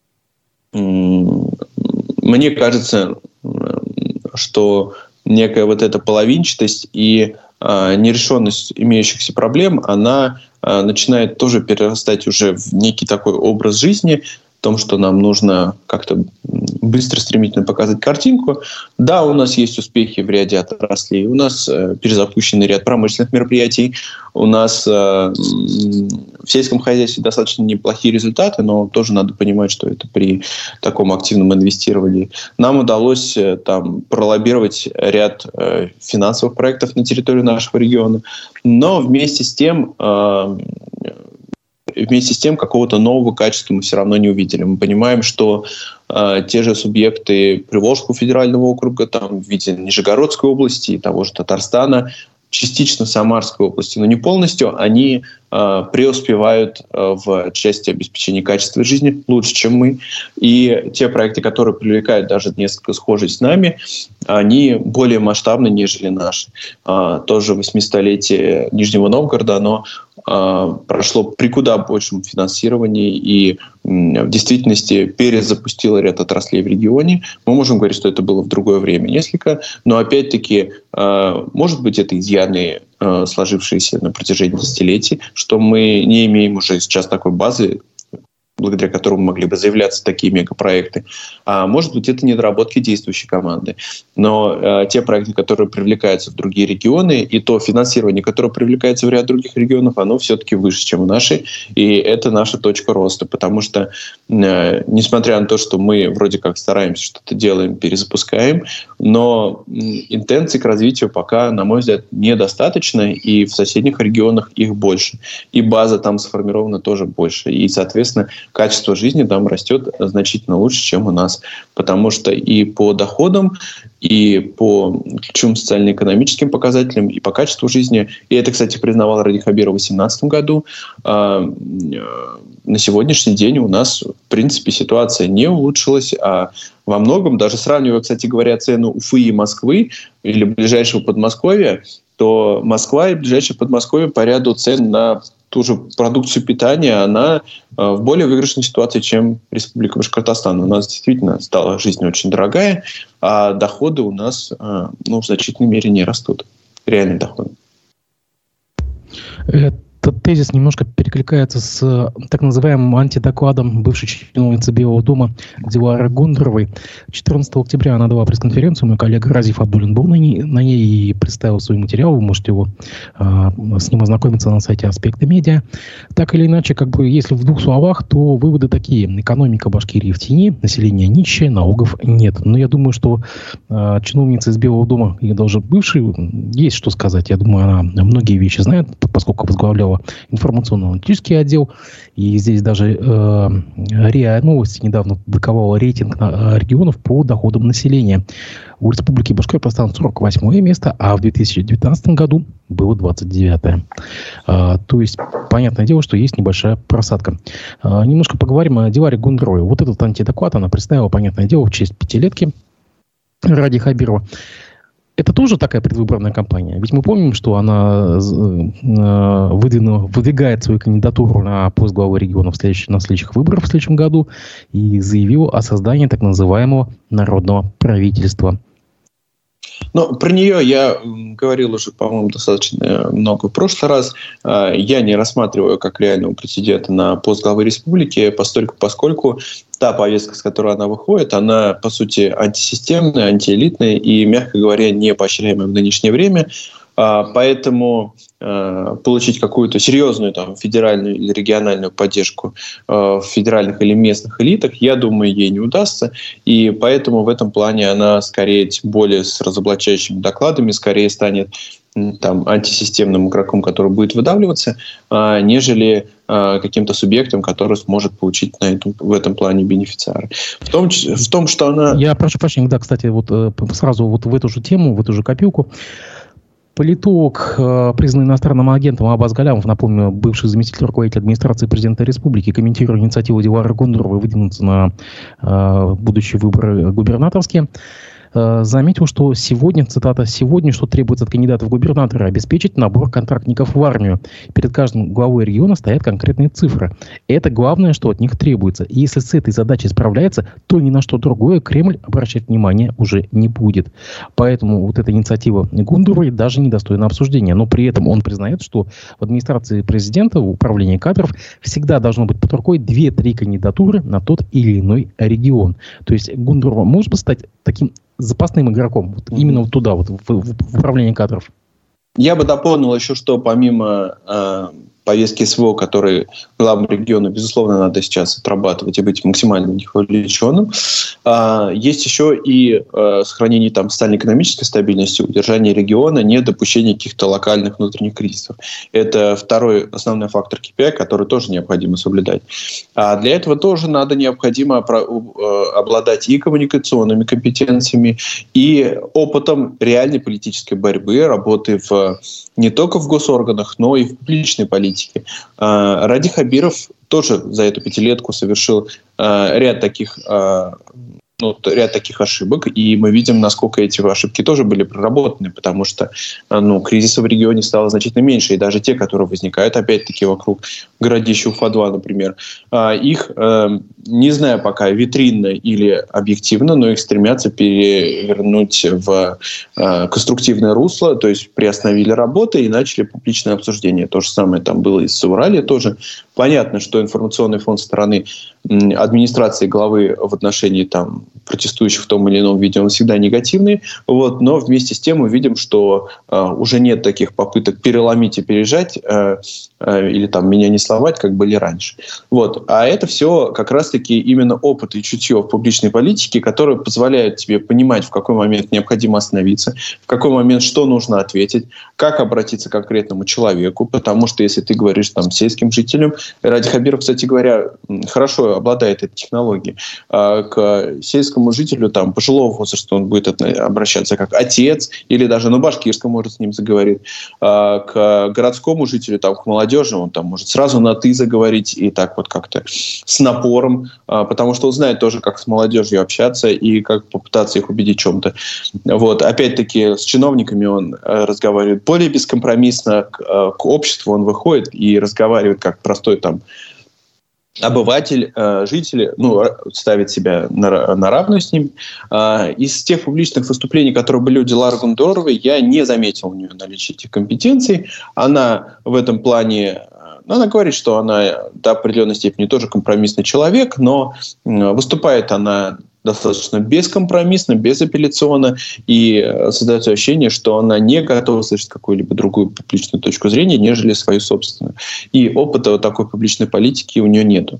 мне кажется, что некая вот эта половинчатость и нерешенность имеющихся проблем, она начинает тоже перерастать уже в некий такой образ жизни, в том, что нам нужно как-то быстро, стремительно показать картинку. Да, у нас есть успехи в ряде отраслей, у нас перезапущенный ряд промышленных мероприятий, у нас в сельском хозяйстве достаточно неплохие результаты, но тоже надо понимать, что это при таком активном инвестировании. Нам удалось там пролоббировать ряд финансовых проектов на территории нашего региона, но вместе с тем какого-то нового качества мы все равно не увидели. Мы понимаем, что те же субъекты Приволжского федерального округа, там, в виде Нижегородской области и того же Татарстана, частично Самарской области, но не полностью, они преуспевают в части обеспечения качества жизни лучше, чем мы. И те проекты, которые привлекают даже несколько схожие с нами, они более масштабны, нежели наши. Тоже 800-летие Нижнего Новгорода, оно прошло при куда большем финансировании и в действительности перезапустило ряд отраслей в регионе. Мы можем говорить, что это было в другое время несколько, но опять-таки, может быть, это изъяны, сложившиеся на протяжении десятилетий, что мы не имеем уже сейчас такой базы, благодаря которому могли бы заявляться такие мегапроекты. А может быть, это недоработки действующей команды. Но те проекты, которые привлекаются в другие регионы, и то финансирование, которое привлекается в ряд других регионов, оно все-таки выше, чем наши. И это наша точка роста. Потому что, несмотря на то, что мы вроде как стараемся, что-то делаем, перезапускаем, но интенций к развитию пока, на мой взгляд, недостаточно. И в соседних регионах их больше. И база там сформирована тоже больше. И, соответственно, качество жизни там растет значительно лучше, чем у нас. Потому что и по доходам, и по ключевым социально-экономическим показателям, и по качеству жизни, и это, кстати, признавал Ради Хабиров в 2018 году, на сегодняшний день у нас, в принципе, ситуация не улучшилась, а во многом, даже сравнивая, кстати говоря, цену Уфы и Москвы, или ближайшего Подмосковья, то Москва и ближайшее Подмосковье по ряду цен на ту же продукцию питания, она в более выигрышной ситуации, чем Республика Башкортостан. У нас действительно стала жизнь очень дорогая, а доходы у нас в значительной мере не растут. Реальные доходы. Этот тезис немножко перекликается с так называемым антидокладом бывшей чиновницы Белого дома Дилары Гондоровой. 14 октября она дала пресс-конференцию, мой коллега Разиф Абдуллин был на ней и представил свой материал. Вы можете с ним ознакомиться на сайте «Аспекты медиа». Так или иначе, если в двух словах, то выводы такие. Экономика Башкирии в тени, население нищее, налогов нет. Но я думаю, что чиновница из Белого дома, и даже бывшей, есть что сказать. Я думаю, она многие вещи знает, поскольку возглавляла его информационно-аналитический отдел. И здесь даже РИА Новости недавно публиковала рейтинг регионов по доходам населения. У Республики Башкортостан 48 место, а в 2019 году было 29-е. То есть, понятное дело, что есть небольшая просадка. Немножко поговорим о Диларе Гундровой. Вот этот антидоклад она представила, понятное дело, в честь пятилетки Ради Хабирова. Это тоже такая предвыборная кампания. Ведь мы помним, что она выдвигает свою кандидатуру на пост главы региона на следующих выборах в следующем году и заявила о создании так называемого народного правительства. Ну, про нее я говорил уже, по-моему, достаточно много в прошлый раз. Я не рассматриваю как реального претендента на пост главы республики, поскольку та повестка, с которой она выходит, она, по сути, антисистемная, антиэлитная и, мягко говоря, не поощряемая в нынешнее время. Поэтому получить какую-то серьезную там, федеральную или региональную поддержку в федеральных или местных элитах, я думаю, ей не удастся. И поэтому в этом плане она скорее, тем более с разоблачающими докладами, скорее станет там, антисистемным игроком, который будет выдавливаться, нежели каким-то субъектом, который сможет получить в этом плане бенефициары. В том, что она... Я прошу прощения, да, кстати, вот сразу вот в эту же тему, в эту же копилку. Политолог, признанный иностранным агентом Аббас Галямов, напомню, бывший заместитель руководителя администрации президента республики, комментируя инициативу Дилары Гундровой выдвинуться на будущие выборы губернаторские, заметил, что сегодня, цитата, «сегодня, что требуется от кандидата в губернаторы, обеспечить набор контрактников в армию. Перед каждым главой региона стоят конкретные цифры. Это главное, что от них требуется. И если с этой задачей справляется, то ни на что другое Кремль обращать внимание уже не будет». Поэтому вот эта инициатива Гундровой даже недостойна обсуждения. Но при этом он признает, что в администрации президента, в управлении кадров всегда должно быть под рукой 2-3 кандидатуры на тот или иной регион. То есть Гундрова может стать таким запасным игроком, вот именно вот туда, вот в управлении кадров. Я бы дополнил еще, что помимо повестки СВО, которые главам региона, безусловно, надо сейчас отрабатывать и быть максимально в них вовлеченным, есть еще и сохранение там социально-экономической стабильности, удержание региона, недопущение каких-то локальных внутренних кризисов. Это второй основной фактор KPI, который тоже необходимо соблюдать. А для этого тоже необходимо обладать и коммуникационными компетенциями, и опытом реальной политической борьбы, работы не только в госорганах, но и в публичной политике. Ради Хабиров тоже за эту пятилетку совершил ряд таких ошибок, и мы видим, насколько эти ошибки тоже были проработаны, потому что кризисов в регионе стало значительно меньше, и даже те, которые возникают, опять-таки, вокруг городища Уфа-2, например, их, не знаю пока, витринно или объективно, но их стремятся перевернуть в конструктивное русло, то есть приостановили работы и начали публичное обсуждение. То же самое там было и с Урале тоже. Понятно, что информационный фон со стороны администрации главы в отношении там протестующих в том или ином виде, он всегда негативный, но вместе с тем мы видим, что уже нет таких попыток переломить и пережать или там меня не словать, как были раньше. А это все как раз-таки именно опыт и чутье в публичной политике, которые позволяют тебе понимать, в какой момент необходимо остановиться, в какой момент что нужно ответить, как обратиться к конкретному человеку, потому что если ты говоришь там сельским жителям, Ради Хабиров, кстати говоря, хорошо обладает этой технологией, к сельскому жителю там, пожилого возраста он будет обращаться как отец, или даже на башкирском может с ним заговорить. К городскому жителю, там, к молодежи, он там может сразу на «ты» заговорить и так вот как-то с напором, потому что он знает тоже, как с молодежью общаться и как попытаться их убедить в чем-то. Опять-таки с чиновниками он разговаривает более бескомпромиссно, к обществу он выходит и разговаривает как простой там обыватель, жители, ставит себя на равную с ним. Из тех публичных выступлений, которые были у Дилары Гундровой, я не заметил у нее наличия этих компетенций. Она в этом плане, она говорит, что она до определенной степени тоже компромиссный человек, но выступает она достаточно бескомпромиссно, безапелляционно, и создается ощущение, что она не готова слышать какую-либо другую публичную точку зрения, нежели свою собственную. И опыта такой публичной политики у нее нету.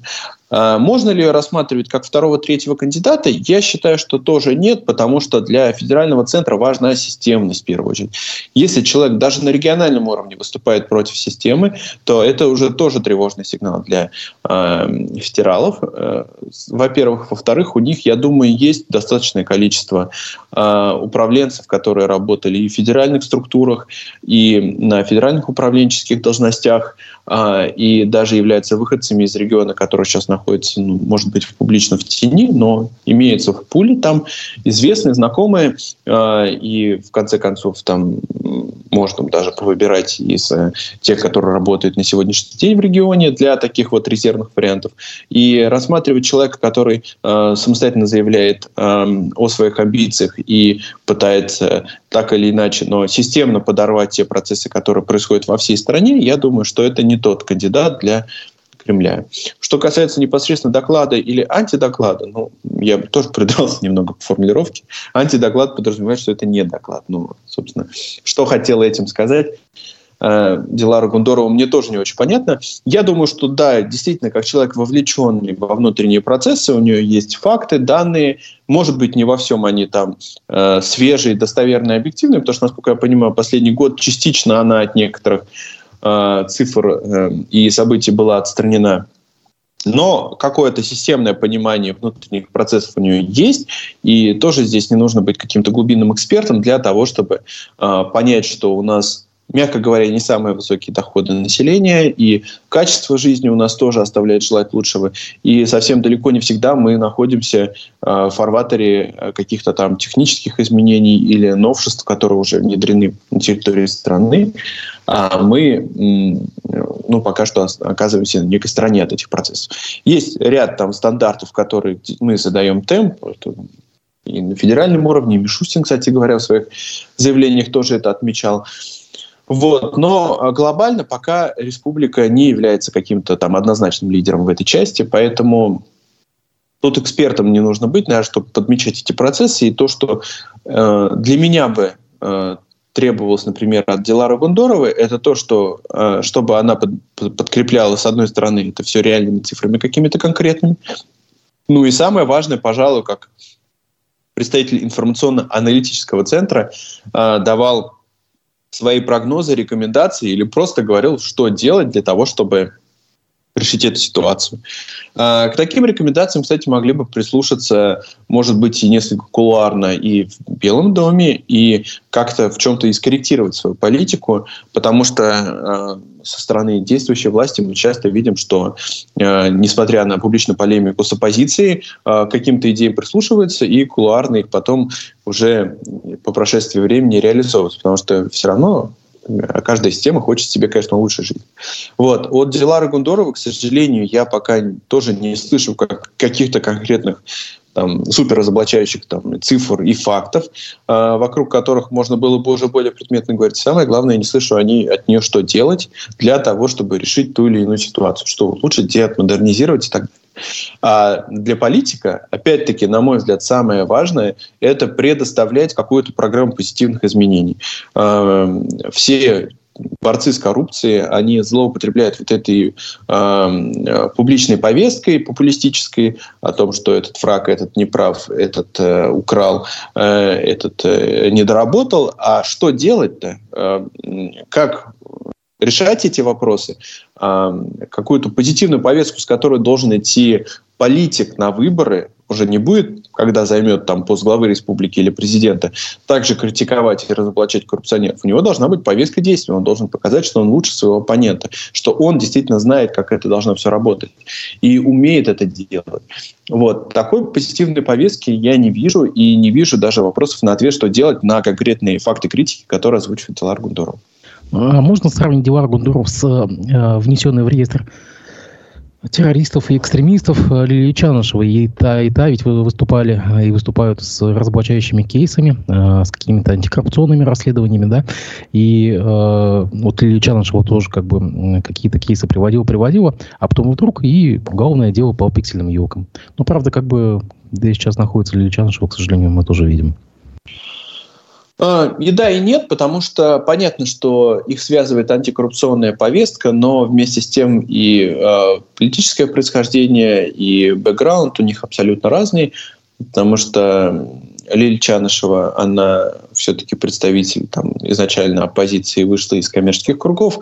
Можно ли ее рассматривать как второго-третьего кандидата? Я считаю, что тоже нет, потому что для федерального центра важна системность в первую очередь. Если человек даже на региональном уровне выступает против системы, то это уже тоже тревожный сигнал для федералов. Во-первых. Во-вторых, у них, я думаю, есть достаточное количество управленцев, которые работали и в федеральных структурах, и на федеральных управленческих должностях, и даже являются выходцами из региона, который сейчас находится, может быть, публично в тени, но имеется в пуле там известные, знакомые, и в конце концов там можно даже повыбирать из тех, которые работают на сегодняшний день в регионе для таких вот резервных вариантов. И рассматривать человека, который самостоятельно заявляет о своих амбициях и пытается так или иначе, но системно подорвать те процессы, которые происходят во всей стране, я думаю, что это не тот кандидат для Кремля. Что касается непосредственно доклада или антидоклада, я бы тоже придался немного к формулировке. Антидоклад подразумевает, что это не доклад. Собственно, что хотела этим сказать Дилара Гундорова, мне тоже не очень понятно. Я думаю, что да, действительно, как человек вовлеченный во внутренние процессы, у нее есть факты, данные. Может быть, не во всем они там свежие, достоверные, объективные, потому что, насколько я понимаю, последний год частично она от некоторых цифр и событий была отстранена. Но какое-то системное понимание внутренних процессов у нее есть, и тоже здесь не нужно быть каким-то глубинным экспертом для того, чтобы понять, что у нас, мягко говоря, не самые высокие доходы населения, и качество жизни у нас тоже оставляет желать лучшего. И совсем далеко не всегда мы находимся в фарватере каких-то там технических изменений или новшеств, которые уже внедрены на территории страны. А мы пока что оказываемся на некой стороне от этих процессов. Есть ряд там стандартов, которые мы задаем темп. И на федеральном уровне, и Мишустин, кстати говоря, в своих заявлениях тоже это отмечал. Но глобально пока республика не является каким-то там однозначным лидером в этой части, поэтому тут экспертом не нужно быть, наверное, чтобы подмечать эти процессы. И то, что для меня бы требовалось, например, от Дилары Гундоровой, это то, что чтобы она подкрепляла, с одной стороны, это все реальными цифрами какими-то конкретными. И самое важное, пожалуй, как представитель информационно-аналитического центра давал свои прогнозы, рекомендации или просто говорил, что делать для того, чтобы решить эту ситуацию. К таким рекомендациям, кстати, могли бы прислушаться, может быть, и несколько кулуарно и в Белом доме, и как-то в чем-то и скорректировать свою политику, потому что со стороны действующей власти мы часто видим, что, несмотря на публичную полемику с оппозицией, к каким-то идеям прислушиваются, и кулуарно их потом уже по прошествии времени реализовываются, потому что все равно каждая система хочет себе, конечно, лучше жить. От Дилары Гундоровой, к сожалению, я пока тоже не слышу каких-то конкретных суперразоблачающих цифр и фактов, вокруг которых можно было бы уже более предметно говорить. Самое главное, я не слышу от нее, что делать для того, чтобы решить ту или иную ситуацию, что лучше делать, модернизировать и так далее. А для политика, опять-таки, на мой взгляд, самое важное – это предоставлять какую-то программу позитивных изменений. Все борцы с коррупцией, они злоупотребляют этой публичной повесткой популистической о том, что этот враг, этот неправ, этот украл, этот недоработал. А что делать-то? Как решать эти вопросы? Какую-то позитивную повестку, с которой должен идти политик на выборы, уже не будет, когда займет пост главы республики или президента, также критиковать и разоблачать коррупционеров. У него должна быть повестка действий. Он должен показать, что он лучше своего оппонента, что он действительно знает, как это должно все работать, и умеет это делать. Такой позитивной повестки я не вижу, и не вижу даже вопросов на ответ, что делать на конкретные факты критики, которые озвучивает Дилара Гундорова. Можно сравнить Дилару Гундорову с внесенной в реестр террористов и экстремистов Лилией Чанышевой? И та ведь выступали и выступают с разоблачающими кейсами, с какими-то антикоррупционными расследованиями, да. И Лилия Чанышева тоже какие-то кейсы приводила, а потом вдруг и уголовное дело по пиксельным елкам. Правда, где сейчас находится Лилия Чанышева, к сожалению, мы тоже видим. И да, и нет, потому что понятно, что их связывает антикоррупционная повестка, но вместе с тем и политическое происхождение, и бэкграунд у них абсолютно разный, потому что Лилия Чанышева, она все-таки представитель там, изначально оппозиции, вышла из коммерческих кругов.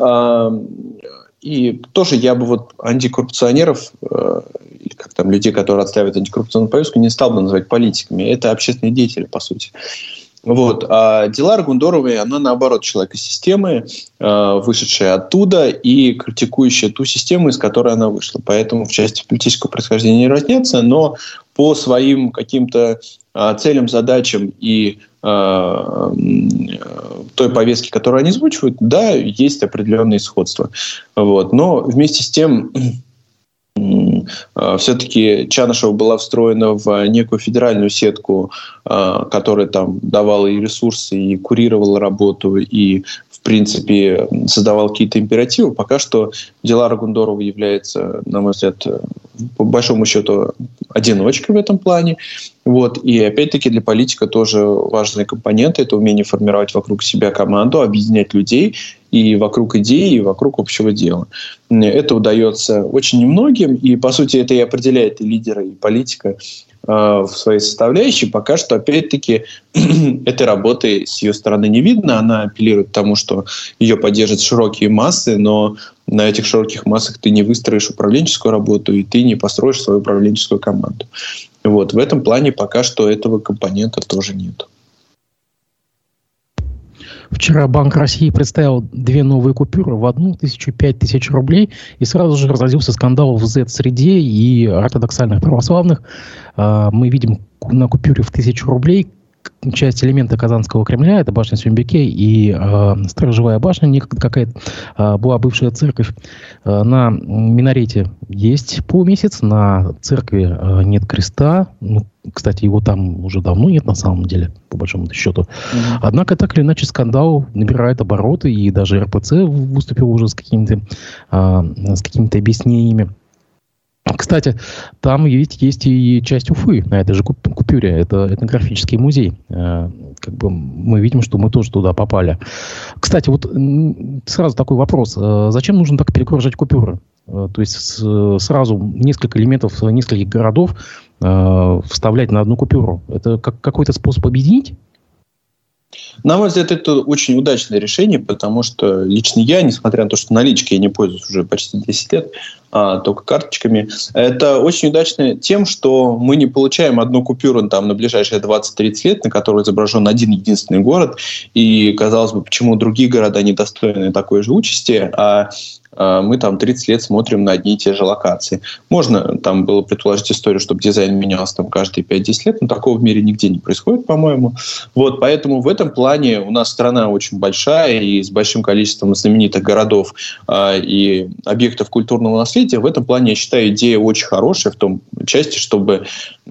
И тоже я бы вот антикоррупционеров, или как там людей, которые отстаивают антикоррупционную повестку, не стал бы называть политиками. Это общественные деятели, по сути. Вот. А Дилара Гундоровой, она наоборот человек из системы, вышедшая оттуда и критикующая ту систему, из которой она вышла. Поэтому в части политического происхождения не разнятся, но по своим каким-то целям, задачам и той повестке, которую они озвучивают, да, есть определенные сходства. Вот. Но вместе с тем все-таки Чанышева была встроена в некую федеральную сетку, которая там давала и ресурсы, и курировала работу, и, в принципе, создавала какие-то императивы. Пока что Дилара Гундорова является, на мой взгляд, по большому счету, одиночкой в этом плане. Вот. И опять-таки для политика тоже важные компоненты – это умение формировать вокруг себя команду, объединять людей и вокруг идеи, и вокруг общего дела. Это удается очень немногим, и, по сути, это и определяет и лидера, и политика в своей составляющей. Пока что, опять-таки, этой работы с ее стороны не видно. Она апеллирует к тому, что ее поддержат широкие массы, но на этих широких массах ты не выстроишь управленческую работу, и ты не построишь свою управленческую команду. Вот. В этом плане пока что этого компонента тоже нет. Вчера Банк России представил 2 новые купюры в одну, 1000-5000 рублей, и сразу же разразился скандал в Z-среде и ортодоксальных православных. Мы видим на купюре в 1000 рублей часть элемента Казанского Кремля, это башня Сюмбике и сторожевая башня, некогда какая-то была бывшая церковь. На минарете есть полумесяц, на церкви нет креста. Ну, кстати, его там уже давно нет на самом деле, по большому счету. Однако, так или иначе, скандал набирает обороты, и даже РПЦ выступил уже с какими-то объяснениями. Кстати, там ведь есть и часть Уфы на этой же купюре. Это этнографический музей. Как бы мы видим, что мы тоже туда попали. Кстати, вот сразу такой вопрос. Зачем нужно так перегружать купюры? То есть сразу несколько элементов нескольких городов вставлять на одну купюру. Это какой-то способ объединить? На мой взгляд, это очень удачное решение, потому что лично я, несмотря на то, что наличкой я не пользуюсь уже почти 10 лет, только карточками, это очень удачно тем, что мы не получаем одну купюру там, на ближайшие 20-30 лет, на которой изображен один единственный город, и, казалось бы, почему другие города недостойны такой же участи, а мы там 30 лет смотрим на одни и те же локации. Можно там было предположить историю, чтобы дизайн менялся там каждые 5-10 лет, но такого в мире нигде не происходит, по-моему. Вот, поэтому в этом плане у нас страна очень большая и с большим количеством знаменитых городов и объектов культурного наследия. В этом плане, я считаю, идея очень хорошая в том части, чтобы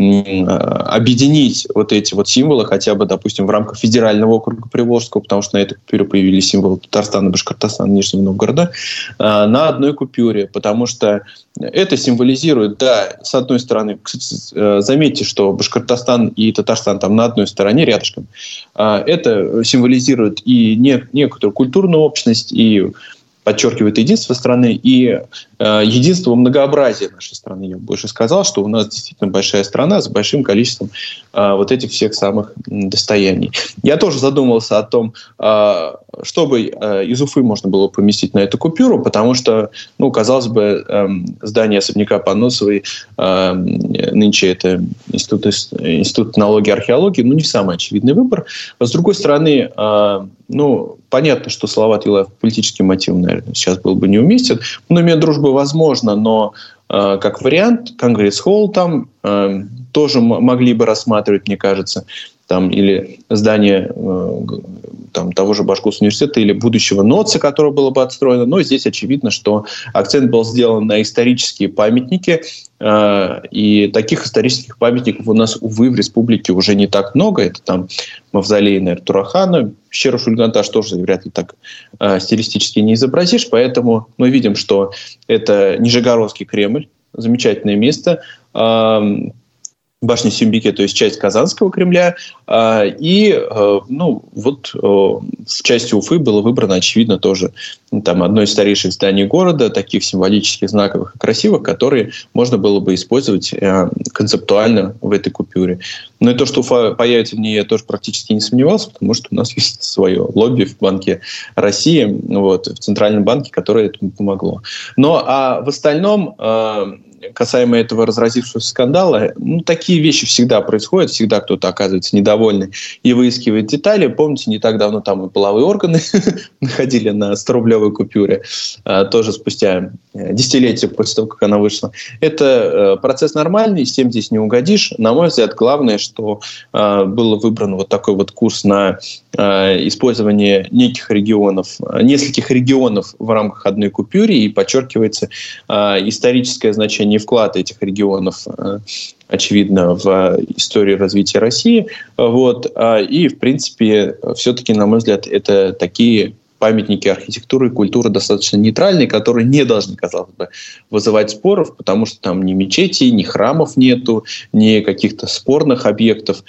объединить вот эти вот символы хотя бы, допустим, в рамках федерального округа Приволжского, потому что на этой купюре появились символы Татарстана, Башкортостана, Нижнего Новгорода, на одной купюре, потому что это символизирует, да, с одной стороны, кстати, заметьте, что Башкортостан и Татарстан там на одной стороне рядышком, это символизирует и некоторую культурную общность, и подчеркивает единство страны и единство многообразия нашей страны. Я бы больше сказал, что у нас действительно большая страна с большим количеством вот этих всех самых достояний. Я тоже задумался о том, чтобы из Уфы можно было поместить на эту купюру, потому что, ну, казалось бы, здание особняка Поносовой, нынче это институт налоги и археологии, ну, не самый очевидный выбор. А с другой стороны, ну, понятно, что Салават Юлаев политическим мотивом, наверное, сейчас был бы неуместен. Монумент дружбы возможно, но как вариант Конгресс-холл там тоже могли бы рассматривать, мне кажется, там, или здание там, того же Башкирского университета или будущего НОЦа, которое было бы отстроено. Но здесь очевидно, что акцент был сделан на исторические памятники. И таких исторических памятников у нас, увы, в республике уже не так много. Это там мавзолей, наверное, Турахана, пещера Шульганташ тоже вряд ли так стилистически не изобразишь. Поэтому мы видим, что это Нижегородский Кремль, замечательное место. башни Сюмбике, то есть часть Казанского Кремля, и в части Уфы было выбрано, очевидно, тоже там одно из старейших зданий города, таких символических, знаковых и красивых, которые можно было бы использовать концептуально в этой купюре. Но и то, что Уфа появится в ней, я тоже практически не сомневался, потому что у нас есть свое лобби в Банке России, в Центральном банке, которое этому помогло. А в остальном, касаемо этого разразившегося скандала, такие вещи всегда происходят, всегда кто-то оказывается недовольный и выискивает детали. Помните, не так давно там и половые органы находили на 100-рублевой купюре, тоже спустя десятилетия после того, как она вышла. Это процесс нормальный, всем здесь не угодишь. На мой взгляд, главное, что был выбран такой курс на использование нескольких регионов в рамках одной купюры, и подчеркивается историческое значение вклад этих регионов, очевидно, в историю развития России. И, в принципе, все-таки, на мой взгляд, это такие памятники архитектуры и культуры достаточно нейтральные, которые не должны, казалось бы, вызывать споров, потому что там ни мечетей, ни храмов нету, ни каких-то спорных объектов.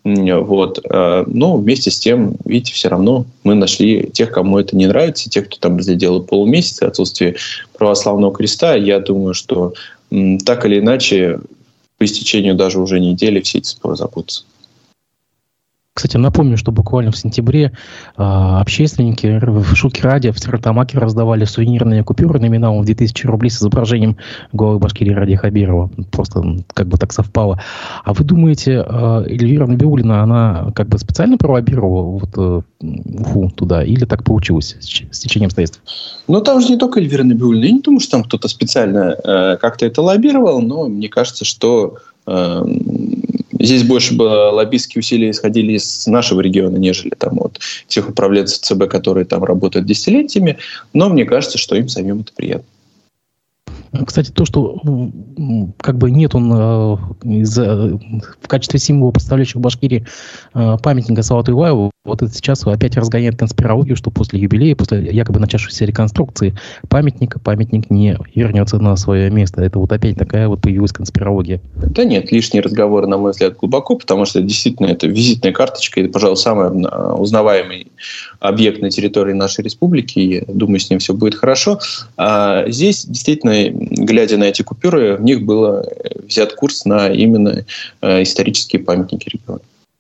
Но вместе с тем, видите, все равно мы нашли тех, кому это не нравится, тех, кто там разглядел полумесяц, отсутствие православного креста. Я думаю, что так или иначе, по истечению даже уже недели все эти споры забудутся. Кстати, напомню, что буквально в сентябре общественники в шутке ради в Стерлитамаке раздавали сувенирные купюры номиналом в 2000 рублей с изображением главы Башкирии Радия Хабирова. Просто так совпало. А вы думаете, Эльвира Набиуллина, она специально пролоббировала Уфу туда, или так получилось с течением обстоятельств? Там же не только Эльвира Набиуллина. Я не думаю, что там кто-то специально как-то это лоббировал, но мне кажется, что здесь больше бы лоббистские усилия исходили из нашего региона, нежели от тех управленцев ЦБ, которые там работают десятилетиями. Но мне кажется, что им самим это приятно. Кстати, то, что нет он в качестве символа представляющих Башкирии памятника Салавату Юлаеву, это сейчас опять разгоняет конспирологию, что после юбилея, после якобы начавшейся реконструкции памятник не вернется на свое место. Это опять такая появилась конспирология. Да нет, лишние разговоры, на мой взгляд, глубоко, потому что действительно это визитная карточка, это, пожалуй, самый узнаваемый объект на территории нашей республики, и думаю, с ним все будет хорошо. А здесь действительно, глядя на эти купюры, в них был взят курс на именно исторические памятники региона.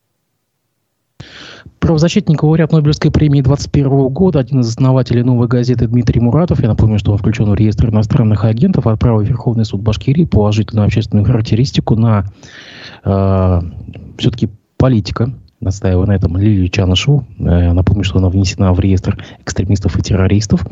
Правозащитник, лауреат Нобелевской премии 2021 года, один из основателей «Новой газеты» Дмитрий Муратов, я напомню, что он включен в реестр иностранных агентов, отправил в Верховный суд Башкирии положительную общественную характеристику на все-таки политика, настаивая на этом, Лилию Чанышеву. Напомню, что она внесена в реестр экстремистов и террористов.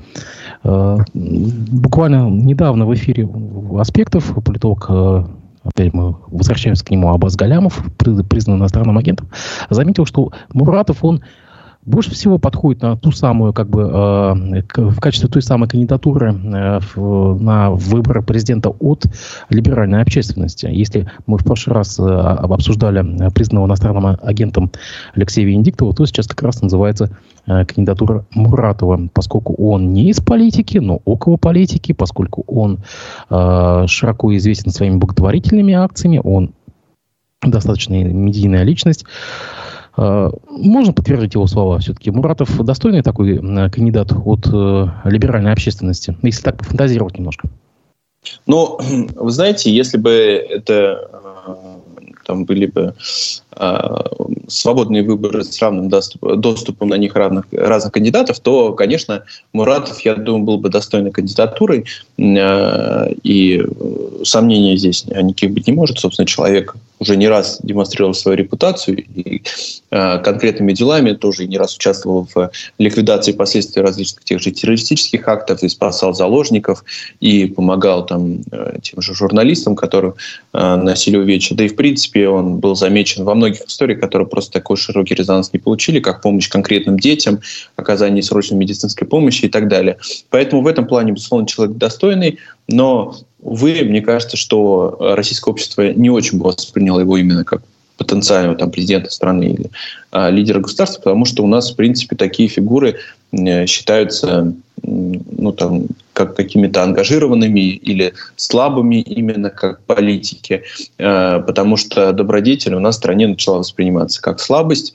Буквально недавно в эфире «Аспектов» политолог, опять мы возвращаемся к нему, Аббас Галямов, признан иностранным агентом, заметил, что Муратов, он больше всего подходит на ту самую, в качестве той самой кандидатуры на выборы президента от либеральной общественности. Если мы в прошлый раз обсуждали признанного иностранным агентом Алексея Венедиктова, то сейчас как раз называется кандидатура Муратова, поскольку он не из политики, но около политики, поскольку он широко известен своими благотворительными акциями, он достаточно медийная личность. Можно подтвердить его слова? Все-таки Муратов достойный такой кандидат от либеральной общественности, если так пофантазировать немножко? Вы знаете, если бы это там были бы свободные выборы с равным доступом на них разных кандидатов, то, конечно, Муратов, я думаю, был бы достойной кандидатурой. И сомнений здесь никаких быть не может. Собственно, человек уже не раз демонстрировал свою репутацию и конкретными делами тоже не раз участвовал в ликвидации последствий различных тех же террористических актов, и спасал заложников, и помогал тем же журналистам, которые носили увечья. Да и, в принципе, он был замечен во многих историях, которые просто такой широкий резонанс не получили, как помощь конкретным детям, оказание срочной медицинской помощи и так далее. Поэтому в этом плане, безусловно, человек достойный, но, увы, мне кажется, что российское общество не очень бы восприняло его именно как потенциального президента страны или лидера государства, потому что у нас, в принципе, такие фигуры считаются как какими-то ангажированными или слабыми именно как политики, потому что добродетель у нас в стране начала восприниматься как слабость,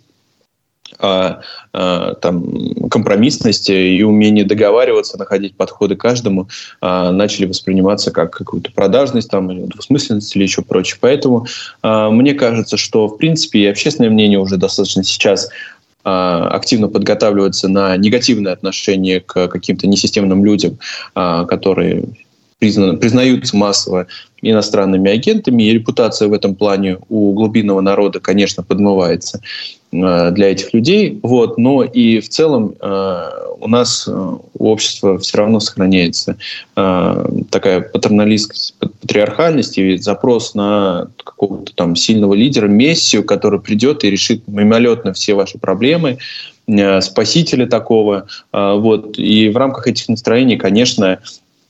компромиссность и умение договариваться, находить подходы каждому начали восприниматься как какую-то продажность или двусмысленность или еще прочее. Поэтому мне кажется, что в принципе и общественное мнение уже достаточно сейчас активно подготавливается на негативное отношение к каким-то несистемным людям, которые признаются массово иностранными агентами, и репутация в этом плане у глубинного народа, конечно, подмывается для этих людей. Но и в целом у нас у общества все равно сохраняется такая патерналистская патриархальность и запрос на какого-то сильного лидера, мессию, который придет и решит мимолетно все ваши проблемы, спасителя такого. И в рамках этих настроений, конечно,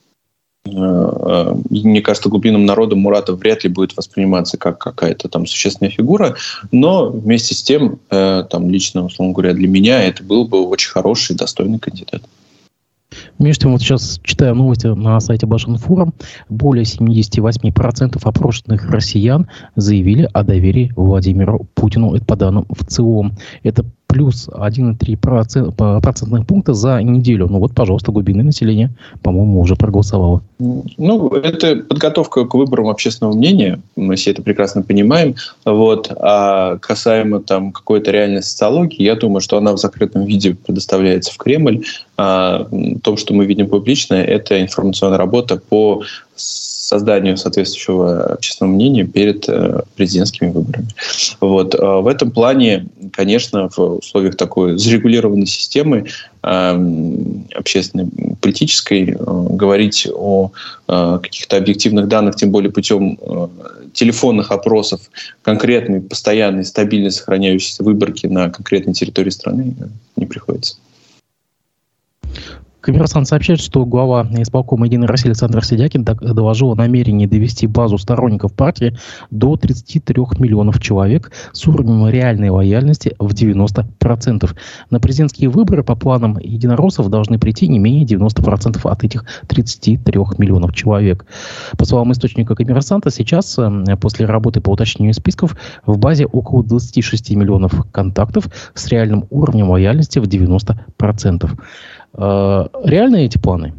мне кажется, глубинным народом Муратов вряд ли будет восприниматься как какая-то существенная фигура, но вместе с тем, лично, условно говоря, для меня это был бы очень хороший, достойный кандидат. Между тем, сейчас читаю новости на сайте Башинфора. Более 78% опрошенных россиян заявили о доверии Владимиру Путину. Это по данным ВЦИОМ. Это плюс 1,3 процентных пункта за неделю. Пожалуйста, глубинное население, по-моему, уже проголосовало. Это подготовка к выборам общественного мнения. Мы все это прекрасно понимаем. А касаемо какой-то реальной социологии, я думаю, что она в закрытом виде предоставляется в Кремль. То, что мы видим публично, это информационная работа по созданию соответствующего общественного мнения перед президентскими выборами. В этом плане, конечно, в условиях такой зарегулированной системы общественной, политической, говорить о каких-то объективных данных, тем более путем телефонных опросов, конкретной, постоянной, стабильно сохраняющейся выборки на конкретной территории страны не приходится. Коммерсант сообщает, что глава исполкома «Единой России» Александр Сидякин доложил о намерении довести базу сторонников партии до 33 миллионов человек с уровнем реальной лояльности в 90%. На президентские выборы по планам единороссов должны прийти не менее 90% от этих 33 миллионов человек. По словам источника «Коммерсанта», сейчас, после работы по уточнению списков, в базе около 26 миллионов контактов с реальным уровнем лояльности в 90%. Реальны эти планы?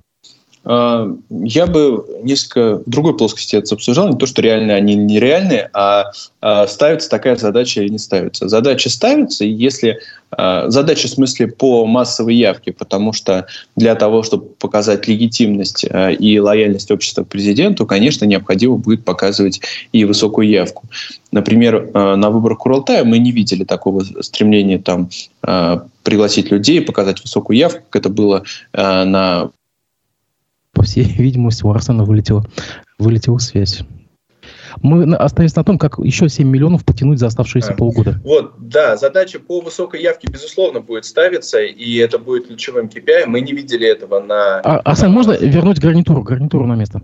Я бы несколько в другой плоскости это обсуждал. Не то, что реальные они или нереальные, а ставится такая задача или не ставится. Задача ставится, если задача в смысле по массовой явке, потому что для того, чтобы показать легитимность и лояльность общества к президенту, конечно, необходимо будет показывать и высокую явку. Например, на выборах Курултая мы не видели такого стремления пригласить людей, показать высокую явку, как это было на... По всей видимости, у Арсена вылетела связь. Мы остались на том, как еще 7 миллионов потянуть за оставшиеся полгода. Задача по высокой явке, безусловно, будет ставиться, и это будет ключевым KPI. Мы не видели этого на... Арсен, можно вернуть гарнитуру на место?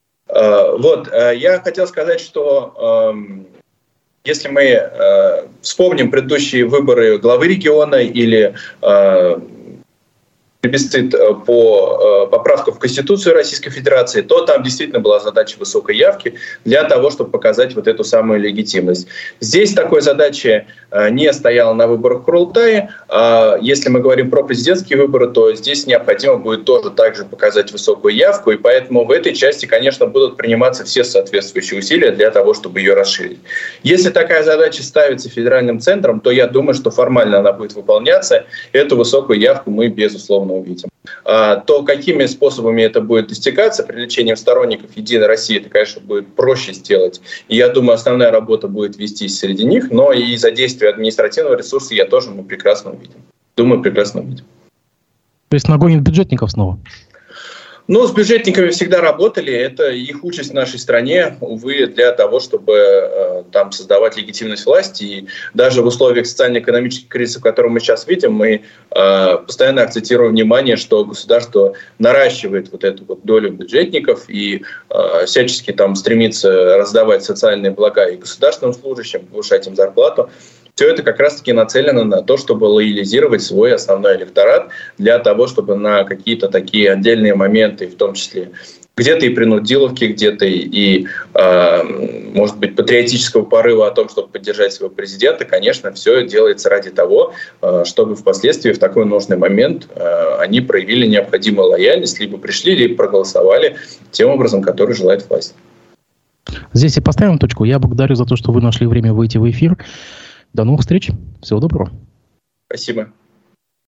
Я хотел сказать, что если мы вспомним предыдущие выборы главы региона или плебисцит по поправкам в Конституцию Российской Федерации, то там действительно была задача высокой явки для того, чтобы показать эту самую легитимность. Здесь такой задачи не стояло на выборах в Курултае. Если мы говорим про президентские выборы, то здесь необходимо будет тоже также показать высокую явку, и поэтому в этой части, конечно, будут приниматься все соответствующие усилия для того, чтобы ее расширить. Если такая задача ставится федеральным центром, то я думаю, что формально она будет выполняться. Эту высокую явку мы, безусловно, увидим. То, какими способами это будет достигаться, привлечением сторонников «Единой России», это, конечно, будет проще сделать. И я думаю, основная работа будет вестись среди них, но и за действие административного ресурса мы прекрасно увидим. Думаю, прекрасно увидим. То есть нагонит бюджетников снова? С бюджетниками всегда работали. Это их участь в нашей стране, увы, для того, чтобы создавать легитимность власти. И даже в условиях социально-экономических кризисов, которые мы сейчас видим, мы постоянно акцентируем внимание, что государство наращивает эту долю бюджетников и всячески стремится раздавать социальные блага и государственным служащим, повышать им зарплату. все это как раз-таки нацелено на то, чтобы лоялизировать свой основной электорат, для того, чтобы на какие-то такие отдельные моменты, в том числе где-то и принудиловки, где-то и, может быть, патриотического порыва о том, чтобы поддержать своего президента, конечно, все делается ради того, чтобы впоследствии в такой нужный момент они проявили необходимую лояльность, либо пришли, либо проголосовали тем образом, который желает власть. Здесь и поставим точку. Я благодарю за то, что вы нашли время выйти в эфир. До новых встреч. Всего доброго. Спасибо.